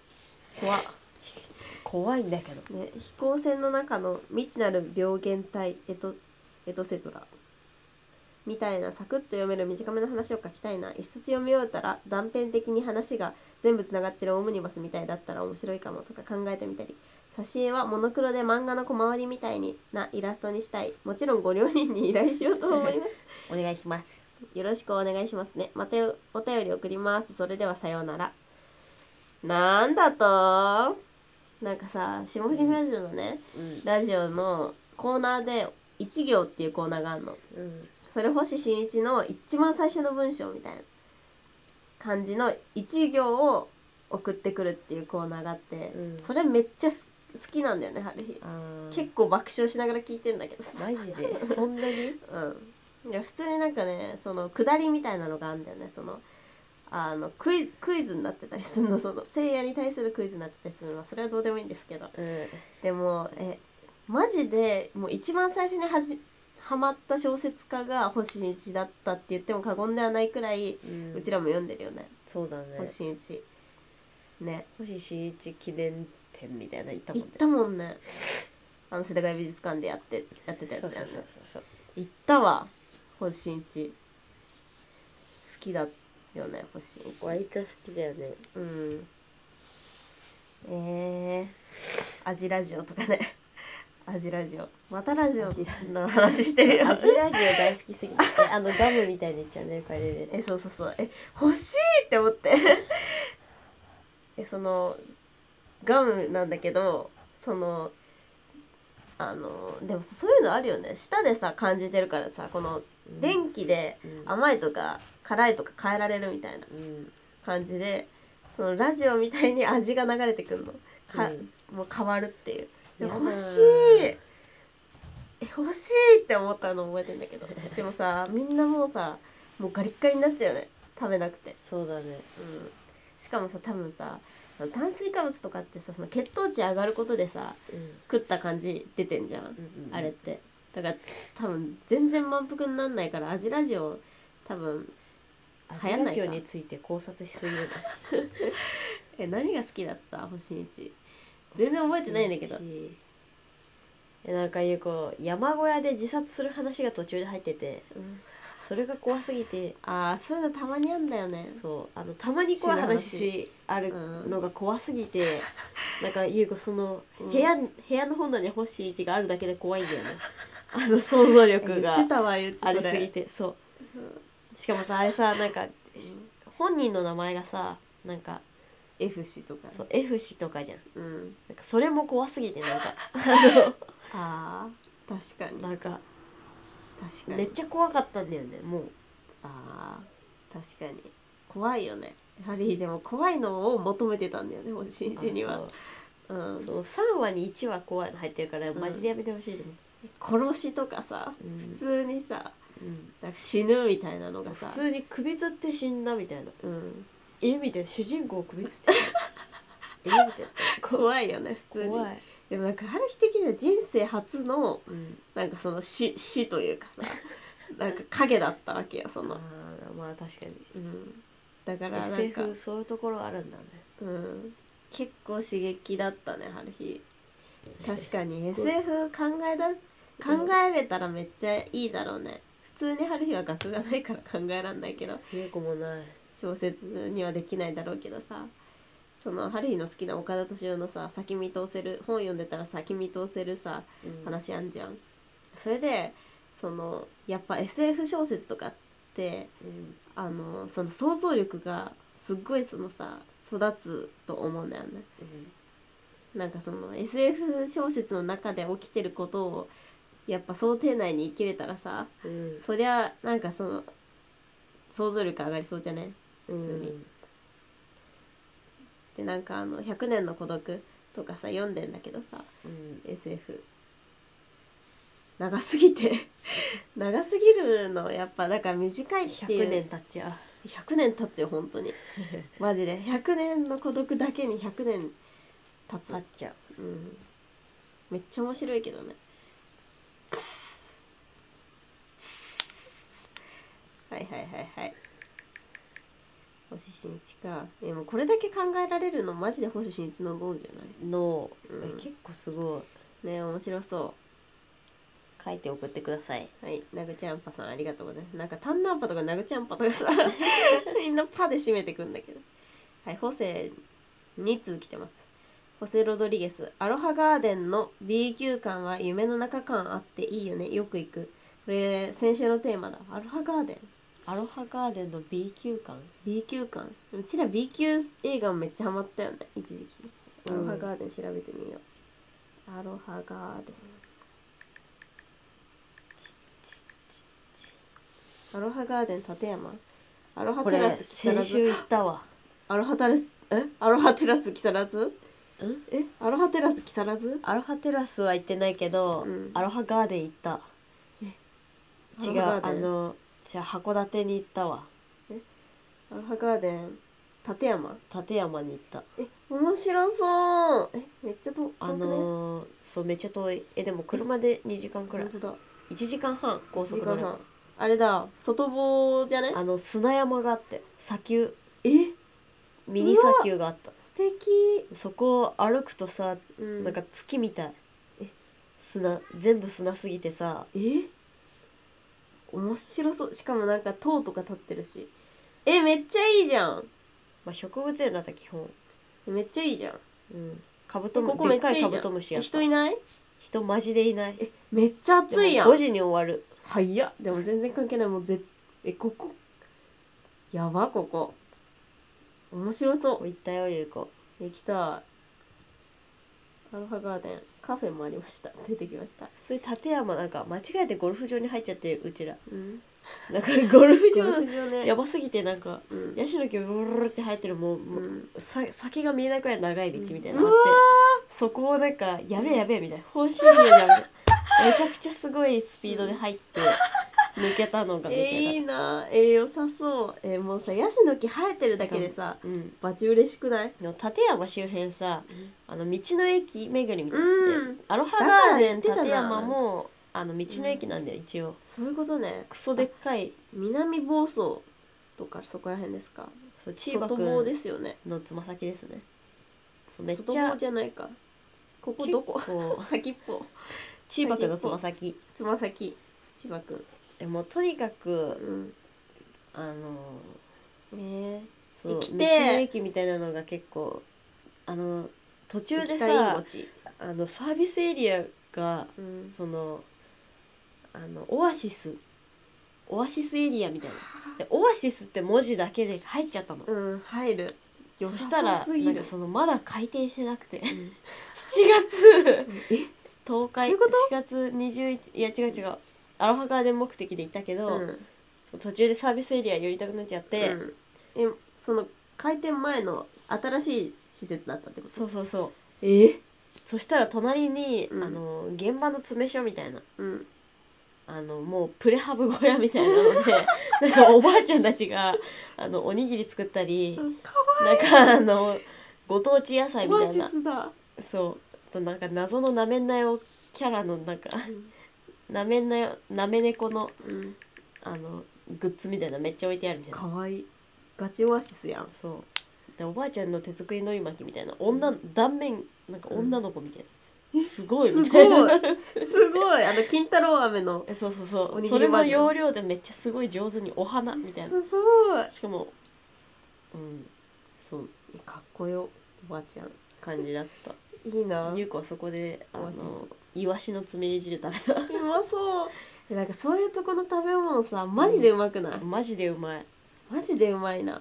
怖いんだけどね。飛行船の中の未知なる病原体エトセトラみたいなサクッと読める短めの話を書きたいな。一冊読み終えたら断片的に話が全部つながってるオムニバスみたいだったら面白いかもとか考えてみたり、挿絵はモノクロで漫画の小回りみたいなイラストにしたい。もちろんご両人に依頼しようと思いますお願いします。 よろしくお願いしますね。またお便り送ります。それではさようなら。なんだとなんかさ、霜降り明星のね、ラジオのコーナーで一行っていうコーナーがあるの、それ星新一の一番最初の文章みたいな感じの一行を送ってくるっていうコーナーがあって、それめっちゃ好きなんだよね、春日。結構爆笑しながら聞いてんだけどさ。 マジでそんなにいや普通になんかね、その下りみたいなのがあるんだよね。そのクイズになってたりするの、その聖夜に対するクイズになってたりするのは、それはどうでもいいんですけど、でもマジでもう一番最初にハマった小説家が星新一だったって言っても過言ではないくらい、うちらも読んでるよね。 そうだね。 星新一ね。 星新一記念展みたいな行ったもんね。 行ったもんね。世田谷美術館でやってたやつだよね。そう行ったわ。星新一好きだよね、星新一。 割と好きだよね。 アジラジオとかね。アジラジオ。またラジオの話してるよ。 アジラジオ大好きすぎてガムみたいにチャンネル変えれる。 そう欲しいって思ってそのガムなんだけど、でもそういうのあるよね。舌でさ感じてるからさ、この電気で甘いとか辛いとか変えられるみたいな感じで、そのラジオみたいに味が流れてくるの、もう変わるっていう。欲しい。 欲しいって思ったの覚えてんだけどでもさみんなもうさもうガリッガリになっちゃうよね食べなくて。 そうだね。 しかもさ多分さ炭水化物とかってさその血糖値上がることでさうん食った感じ出てんじゃん、 うんうん、 あれってだから多分全然満腹になんないから味ラジオ多分アジラジオについて考察しすぎるね。 何が好きだった星一全然覚えてないんだけど。 なんかゆう子山小屋で自殺する話が途中で入ってて、それが怖すぎて、 ああそういうのたまにあんだよね。 そうたまに怖い話あるのが怖すぎて、なんかゆう子その部屋の本棚に星一があるだけで怖いんだよね。想像力が言ってたわ言ってありすぎて、そう、しかもさあれさなんか、本人の名前がさなんか F 氏とか、ね、 そう F 氏とかじゃん、 うんなんかそれも怖すぎてなんかあー確かになんか確かにめっちゃ怖かったんだよねもう。 あー確かに怖いよねやはり。でも怖いのを求めてたんだよね星一には。 そう、その3話に1話怖いの入ってるから、マジでやめてほしいと思う。 殺しとかさ、普通にさうん、 なんか死ぬみたいなのがさ普通に首つって死んだみたいな、みたいな主人公首つって死んだみたいな怖いよね普通に。 怖い。 でもなんか春日的には人生初の、なんかその死というかさなんか影だったわけよその。 まあ確かに、 だからなんか SF そういうところあるんだね。 結構刺激だったね春日。確かに SF 考えれたらめっちゃいいだろうね。普通に春日は学がないから考えらんないけど、 ゆう子もない小説にはできないだろうけどさ、その春日の好きな岡田斗司夫のさ先見通せる本読んでたら先見通せるさ、話あんじゃん。それでそのやっぱ SF 小説とかって、その想像力がすっごいそのさ育つと思うんだよね。なんかその SF 小説の中で起きてることをやっぱ想定内に生きれたらさ、そりゃなんかその想像力上がりそうじゃね普通に。でなんか100年の孤独とかさ読んでんだけどさ、SF 長すぎて長すぎるのやっぱだから短いっていう。 100年経っちゃう。 100年経つよ本当にマジで100年の孤独だけに100年経っちゃう。 めっちゃ面白いけどね。はい星新一か。でもこれだけ考えられるのマジで星新一の脳じゃないの、結構すごいね。面白そう。 書いて送ってください。 はい、なぐちゃんぱさんありがとうございます。なんかタンナンパとかなぐちゃんぱとかさみんなパで締めてくんだけど。はい、ホセ2通来てます。ホセ・ロドリゲス。アロハガーデンの B 級感は夢の中感あっていいよね。よく行く。これ先週のテーマだ。アロハガーデン。 アロハガーデンの B 級感 B 級感。うちら B 級映画もめっちゃハマったよね一時期。アロハガーデン調べてみよう。アロハガーデン。アロハガーデン立山。アロハテラス木更津。 先週行ったわ。 アロハテラスアロハテラス木更津。アロハテラス木更津。 アロハテラスは行ってないけど、アロハガーデン行った。違うじゃあ函館に行ったわ。 アロハガーデン立山に行った。 面白そう。めっちゃ遠くね。 そうめっちゃ遠い。でも車で2時間くらい。 本当だ。 1時間半高速乗れば。 あれだ外房じゃね。 砂山があって砂丘ミニ砂丘があった。 素敵。 そこを歩くとさ、なんか月みたい。全部砂すぎてさ。 面白そう。しかもなんか塔とか立ってるし。めっちゃいいじゃん。 まあ植物園だった基本。 めっちゃいいじゃん。 でっかいカブトムシやった。 人いない？ 人マジでいない。 めっちゃ暑いやん。 5時に終わる。 早っ。でも全然関係ない。もうここやば。ここ面白そう。 行ったよゆう子。 行きたい。アロハガーデンカフェもありました。出てきました。 普通に立山なんか間違えてゴルフ場に入っちゃってうちら、なんかゴルフ場やばすぎてなんか、ヤシの木ブルルって生えてるもう先が見えないくらい長い道みたいなのあって、そこをなんかやべえみたいな本州にやべえめちゃくちゃすごいスピードで入って抜けたのがめっちゃいい良かっな良さそう。もうさヤシの木生えてるだけでさた。うんバチ嬉しくない？ でも立山周辺さ、道の駅巡りみたいな、 うんアロハだからガーデン知ってたな立山も道の駅なんだよ一応。 そういうことね。 クソでっかい。 南房総とかそこら辺ですか？ そうチーバ外房くですよね。 んのつま先ですね。そうめっ外ちゃ房じゃないか。ここどこ？ こう先っぽ。 チーバくんのつま先。 つま先。千葉くん。 もうとにかくうん。 あのそう道の行きて駅みたいなのが結構途中で行きたいさごち。 サービスエリアがうん。 そのオアシスエリアみたいなでオアシスって文字だけで入っちゃったの。 うん入る。 そしたら良さそうすぎるなんかそのまだ開店してなくて7 ん月え 10日そういうこと 7月21いや違うアロハガーデン目的で行ったけど、 うん。 そう途中でサービスエリア寄りたくなっちゃって、 その開店前の新しい施設だったってこと？ そうえそしたら隣に、 うん現場の詰め所みたいなうんもうプレハブ小屋みたいなのでなんかおばあちゃんたちがおにぎり作ったり、 かなんかご当地野菜みオアシたいなスだ。 そうあとなんか謎のなめんなよキャラのなんかなめんなよなめ猫のうんグッズみたいなめっちゃ置いてあるみたいな。 かわいい。ガチオアシスやん。 そうでおばあちゃんの手作りのり巻きみたいな断面なんか女の子みたいな、すごいみたいなすごい金太郎飴のそうおにぎそれのりバージョン要領でめっちゃすごい上手にお花みたいなすごいしかもそうかっこよおばあちゃん。 感じだったいいな。 ゆう子はそこでオアシイワシのつみれ汁食べたうまそう。なんかそういうとこの食べ物さマジでうまくない？ マジでうまい。 マジでうまいな。はい、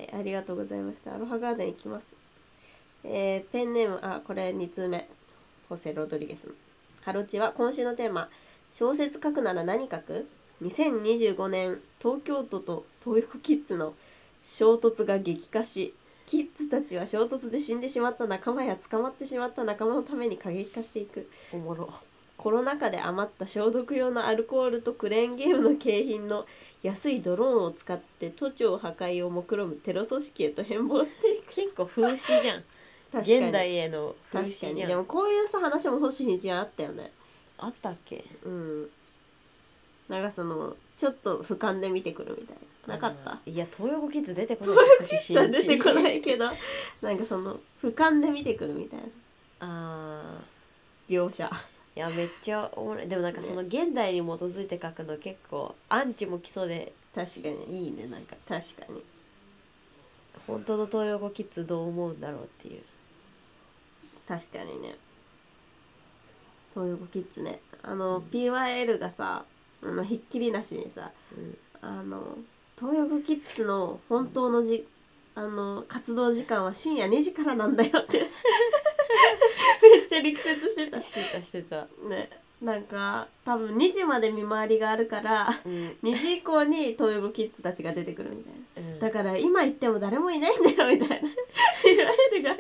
ありがとうございました。アロハガーデン行きます。ペンネームこれ2通目。ホセ・ロドリゲスのハロチは今週のテーマ小説書くなら何書く？2025年東京都と東横キッズの衝突が激化しキッズたちは衝突で死んでしまった仲間や捕まってしまった仲間のために過激化していく。 おもろ。 コロナ禍で余った消毒用のアルコールとクレーンゲームの景品の安いドローンを使って都庁破壊を目論むテロ組織へと変貌していく。 結構風刺じゃん確かに現代への風確か刺じゃん。 にでもこういうさ話も星新一あったよね。 あったっけ？ うんなんかそのちょっと俯瞰で見てくるみたいななかった？ いや東横キッズ出てこない。 じゃ出てこないけどなんかその俯瞰で見てくるみたいな描写。 いやめっちゃおもろい。でもなんかその現代に基づいて書くの結構アンチも来そうで確かにいいね。なんか確かに本当の東横キッズどう思うんだろうっていう。 確かにね東横キッズねPYL がさひっきりなしにさ東横キッズの本当の活動時間は深夜2時からなんだよってめっちゃ力説してたしてたね。なんか多分2時まで見回りがあるから、2時以降に東横キッズたちが出てくるみたいな、だから今行っても誰もいないんだよみたいなPYL がめっ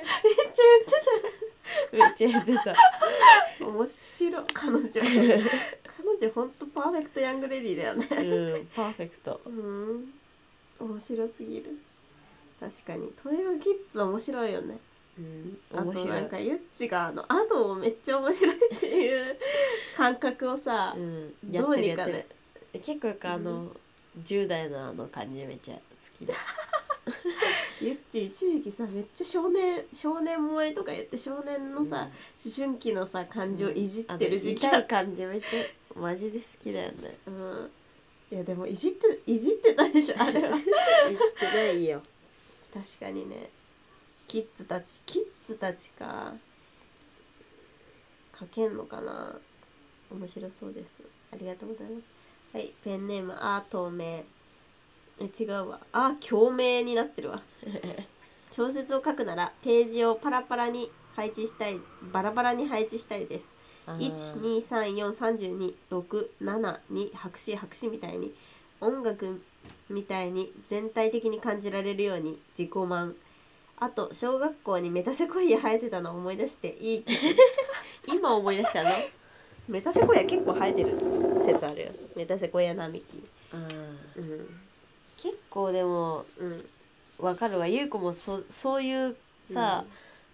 ちゃ言ってた面白い彼女ほんとパーフェクトヤングレディだよねパーフェクト面白すぎる。確かに東横キッズ面白いよね。あとなんかゆっちがアドめっちゃ面白いっていう感覚をさ、どうにかね結構10代の感じめっちゃ好きだゆっち一時期さめっちゃ少年萌えとか言って少年のさ、思春期のさ感情いじってる時期痛い感じめっちゃマジで好きだよね。 いやでもいじってたでしょあれはいじってないよ。確かにねキッズたちか書けんのかな。面白そうです。ありがとうございます。はい、ペンネーム透明違うわ共鳴になってるわ小説を書くならページをバラバラに配置したいです。123432672白紙みたいに音楽みたいに全体的に感じられるように自己満。あと小学校にメタセコイア生えてたのを思い出していい気分今思い出したの。 メタセコイア結構生えてる説あるよ。メタセコイア並木。 結構でもわかるわ。ゆうこもそういうさ、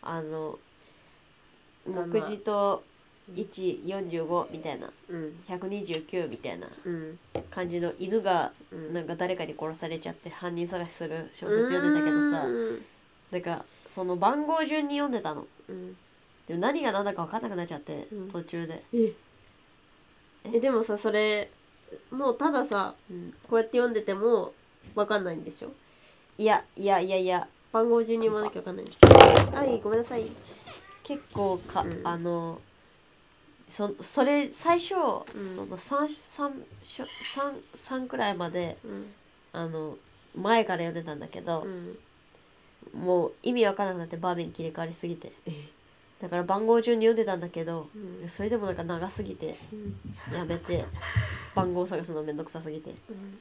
目次と145みたいな、129みたいな感じの犬がなんか誰かに殺されちゃって犯人探しする小説読んでたけどさ、なんかその番号順に読んでたの。でも何が何だか分かんなくなっちゃって、途中で。 でもさ、それもうたださ、こうやって読んでても分かんないんでしょ。 いや番号順に読まなきゃ分かんないんです。はい、ごめんなさい。 結構それ最初、その3くらいまで、前から読んでたんだけど、もう意味わからなくなって場面切り替わりすぎて、だから番号順に読んでたんだけど、それでもなんか長すぎて、やめて番号探すのめんどくさすぎて、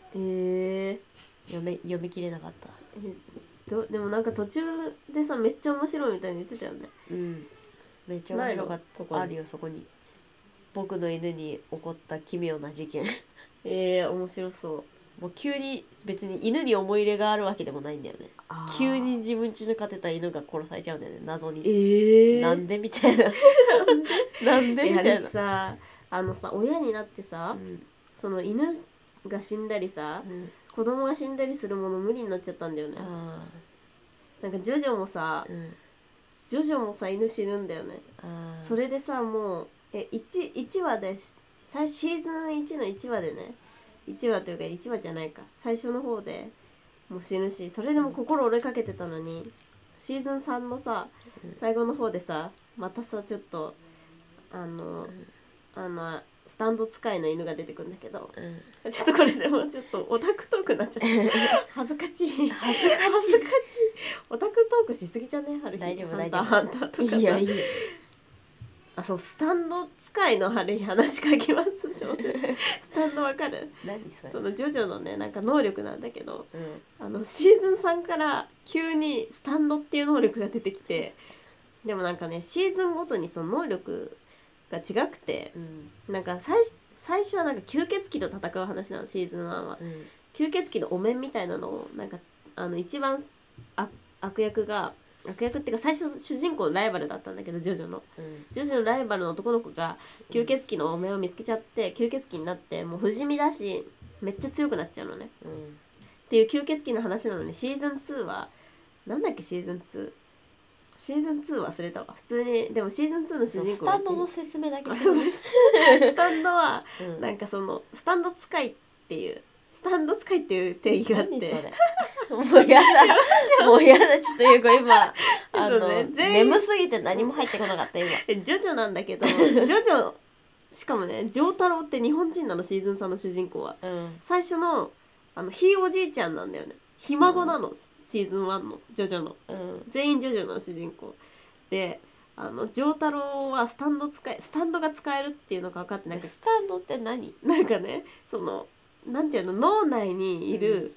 読み切れなかった。 でもなんか途中でさ、めっちゃ面白いみたいに言ってたよね。 めっちゃ面白かった。あるよ、そこに。僕の犬に起こった奇妙な事件。 面白そう。 もう急に別に犬に思い入れがあるわけでもないんだよね。急に自分家の飼ってた犬が殺されちゃうんだよね、謎に。なんでみたいな。なんでみたいな。 さ、親になってさ、その犬が死んだりさ、子供が死んだりするもの無理になっちゃったんだよね。なんかジョジョもさ、犬死ぬんだよね。それでさ、もう1話でシーズン1の1話でね、1話というか1話じゃないか、最初の方でもう死ぬし、それでも心折れかけてたのに、シーズン3のさ最後の方でさ、またさちょっとスタンド使いの犬が出てくるんだけど、ちょっとこれでもちょっとオタクトークになっちゃって恥ずかしいオタクトークしすぎじゃね。春日大丈夫ハンターとかさ、いいよそう、スタンド使いの春日話しかけますスタンドわかる？ 何それ？ そのジョジョのね、なんか能力なんだけど、シーズン3から急にスタンドっていう能力が出てきて、でもなんかね、シーズンごとにその能力が違くて、なんか最初はなんか吸血鬼と戦う話なの、シーズン1は。吸血鬼のお面みたいなのをなんか一番悪役っていうか、最初主人公のライバルだったんだけど、ジョジョのライバルの男の子が吸血鬼のお面を見つけちゃって、吸血鬼になってもう不死身だしめっちゃ強くなっちゃうのね、っていう吸血鬼の話なのに、シーズン2はなんだっけ、シーズン2忘れたわ。普通にでもシーズン2の主人公スタンドの説明だけスタンドはなんかそのスタンド使いっていう定義があって、 もうやだちょっとゆうこ今眠すぎて何も入ってこなかった今。 ジョジョなんだけど、ジョジョしかもね、ジョータロウって日本人なの、シーズン3の主人公は。最初のひいおじいちゃんなんだよね。ひ孫なの、シーズン1のジョジョの、全員ジョジョの主人公で、ジョータロウはスタンドが使えるっていうのが分かってない。 スタンドって何？ なんかね、そのなんていうの、脳内にいる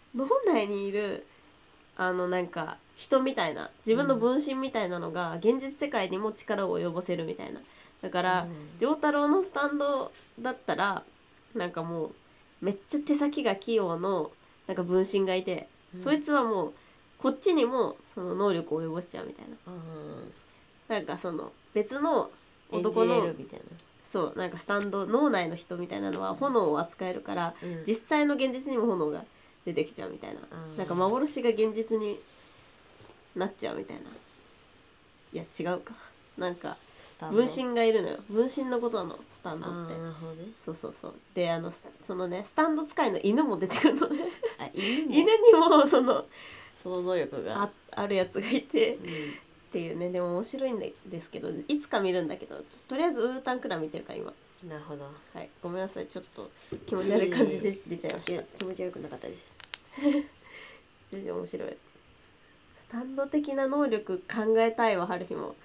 なんか人みたいな、自分の分身みたいなのが現実世界にも力を及ぼせるみたいな。だから、ジョータロウのスタンドだったらなんかもうめっちゃ手先が器用のなんか分身がいて、そいつはもうこっちにもその能力を及ぼしちゃうみたいな。なんかその別の男のみたいな、そうなんかスタンド脳内の人みたいなのは炎を扱えるから、実際の現実にも炎が出てきちゃうみたいな、なんか幻が現実になっちゃうみたいな。いや違うか、なんか分身がいるのよ。分身のことなの、スタンドって。そうで、そのね、スタンド使いの犬も出てくるのね。犬にもその能力があるやつがいて、っていうね。でも面白いんですけど、いつか見るんだけど、とりあえずウルタンクラン見てるから今。 なるほど。 はい、ごめんなさい、ちょっと気持ち悪い感じで出ちゃいました。 気持ち悪くなかったです。 ジョジョ面白い。スタンド的な能力考えたいわ、春日も。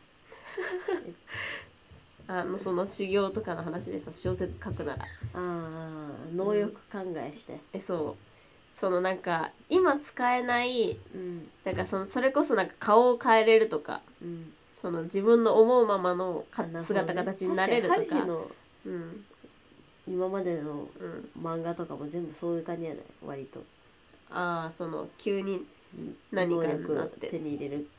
その修行とかの話でさ、小説書くなら能力考えして、 そのなんか今使えない、なんかそれこそなんか顔を変えれるとか、 その自分の思うままの姿ね形になれるとか、 確かにハリーのうん今までのうん、 漫画とかも全部そういう感じやない割とああその急に何かになって能力手に入れる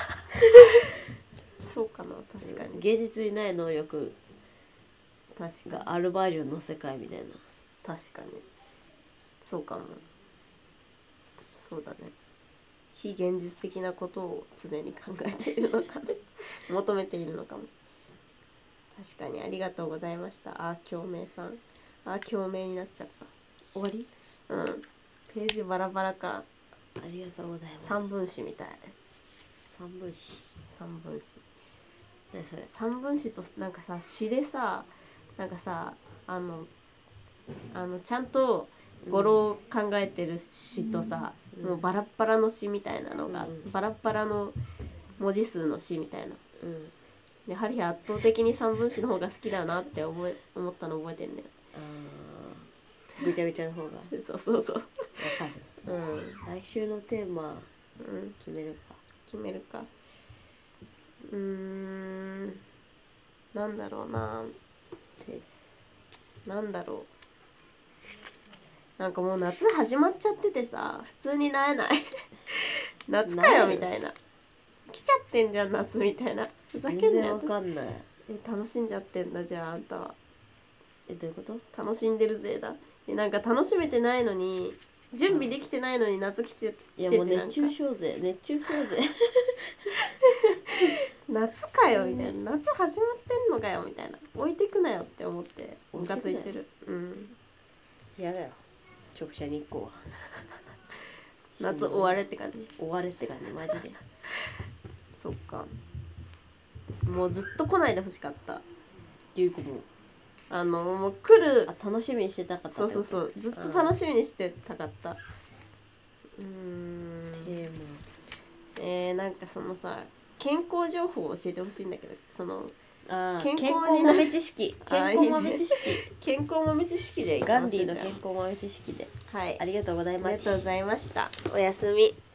そうかな、確かに現実にない能力確かにがあるバージョンの世界みたいな。 確かにそうかも。そうだね、非現実的なことを常に考えているのかね求めているのかも。確かにありがとうございました。共鳴さん、共鳴になっちゃった。 終わり？ うんページバラバラか。 ありがとうございます。 三分紙みたい。 三分詞。 三分紙何それ？ 三分紙となんかさ詩でさなんかさちゃんと語呂を考えてる詩とさ、もうバラッバラの詩みたいなのが、バラッバラの文字数の詩みたいな。でハリー圧倒的に三分詞の方が好きだなって思ったの覚えてんねん。 ぐちゃぐちゃの方がそうそうそう。 わかる。来週のテーマ決めるか。 決めるか。なんだろうな。なんだろう。なんかもう夏始まっちゃっててさ、普通になえない。夏かよみたいな。来ちゃってんじゃん夏みたいな。ふざけんな全然よわかんない。 楽しんじゃってんだじゃああんたは。 どういうこと？ 楽しんでるぜだ。なんか楽しめてないのに準備できてないのに夏来てていやもう熱中症ぜ熱中症ぜ夏かよみたいな、夏始まってんのかよみたいな、置いてくなよって思ってムカついてる。 やだよ直射日光は夏終われって感じ。 終われって感じマジでそっか、もうずっと来ないでほしかった。 ゆうこももう来る、 楽しみにしてたかった。 そうそうそうずっと楽しみにしてたかった。 テーマなんかそのさ健康情報を教えてほしいんだけど、そのマ健康豆知識健康豆知識健康豆知識でガンディの健康豆知識ではい、 ありがとうございます。 ありがとうございました。おやすみ。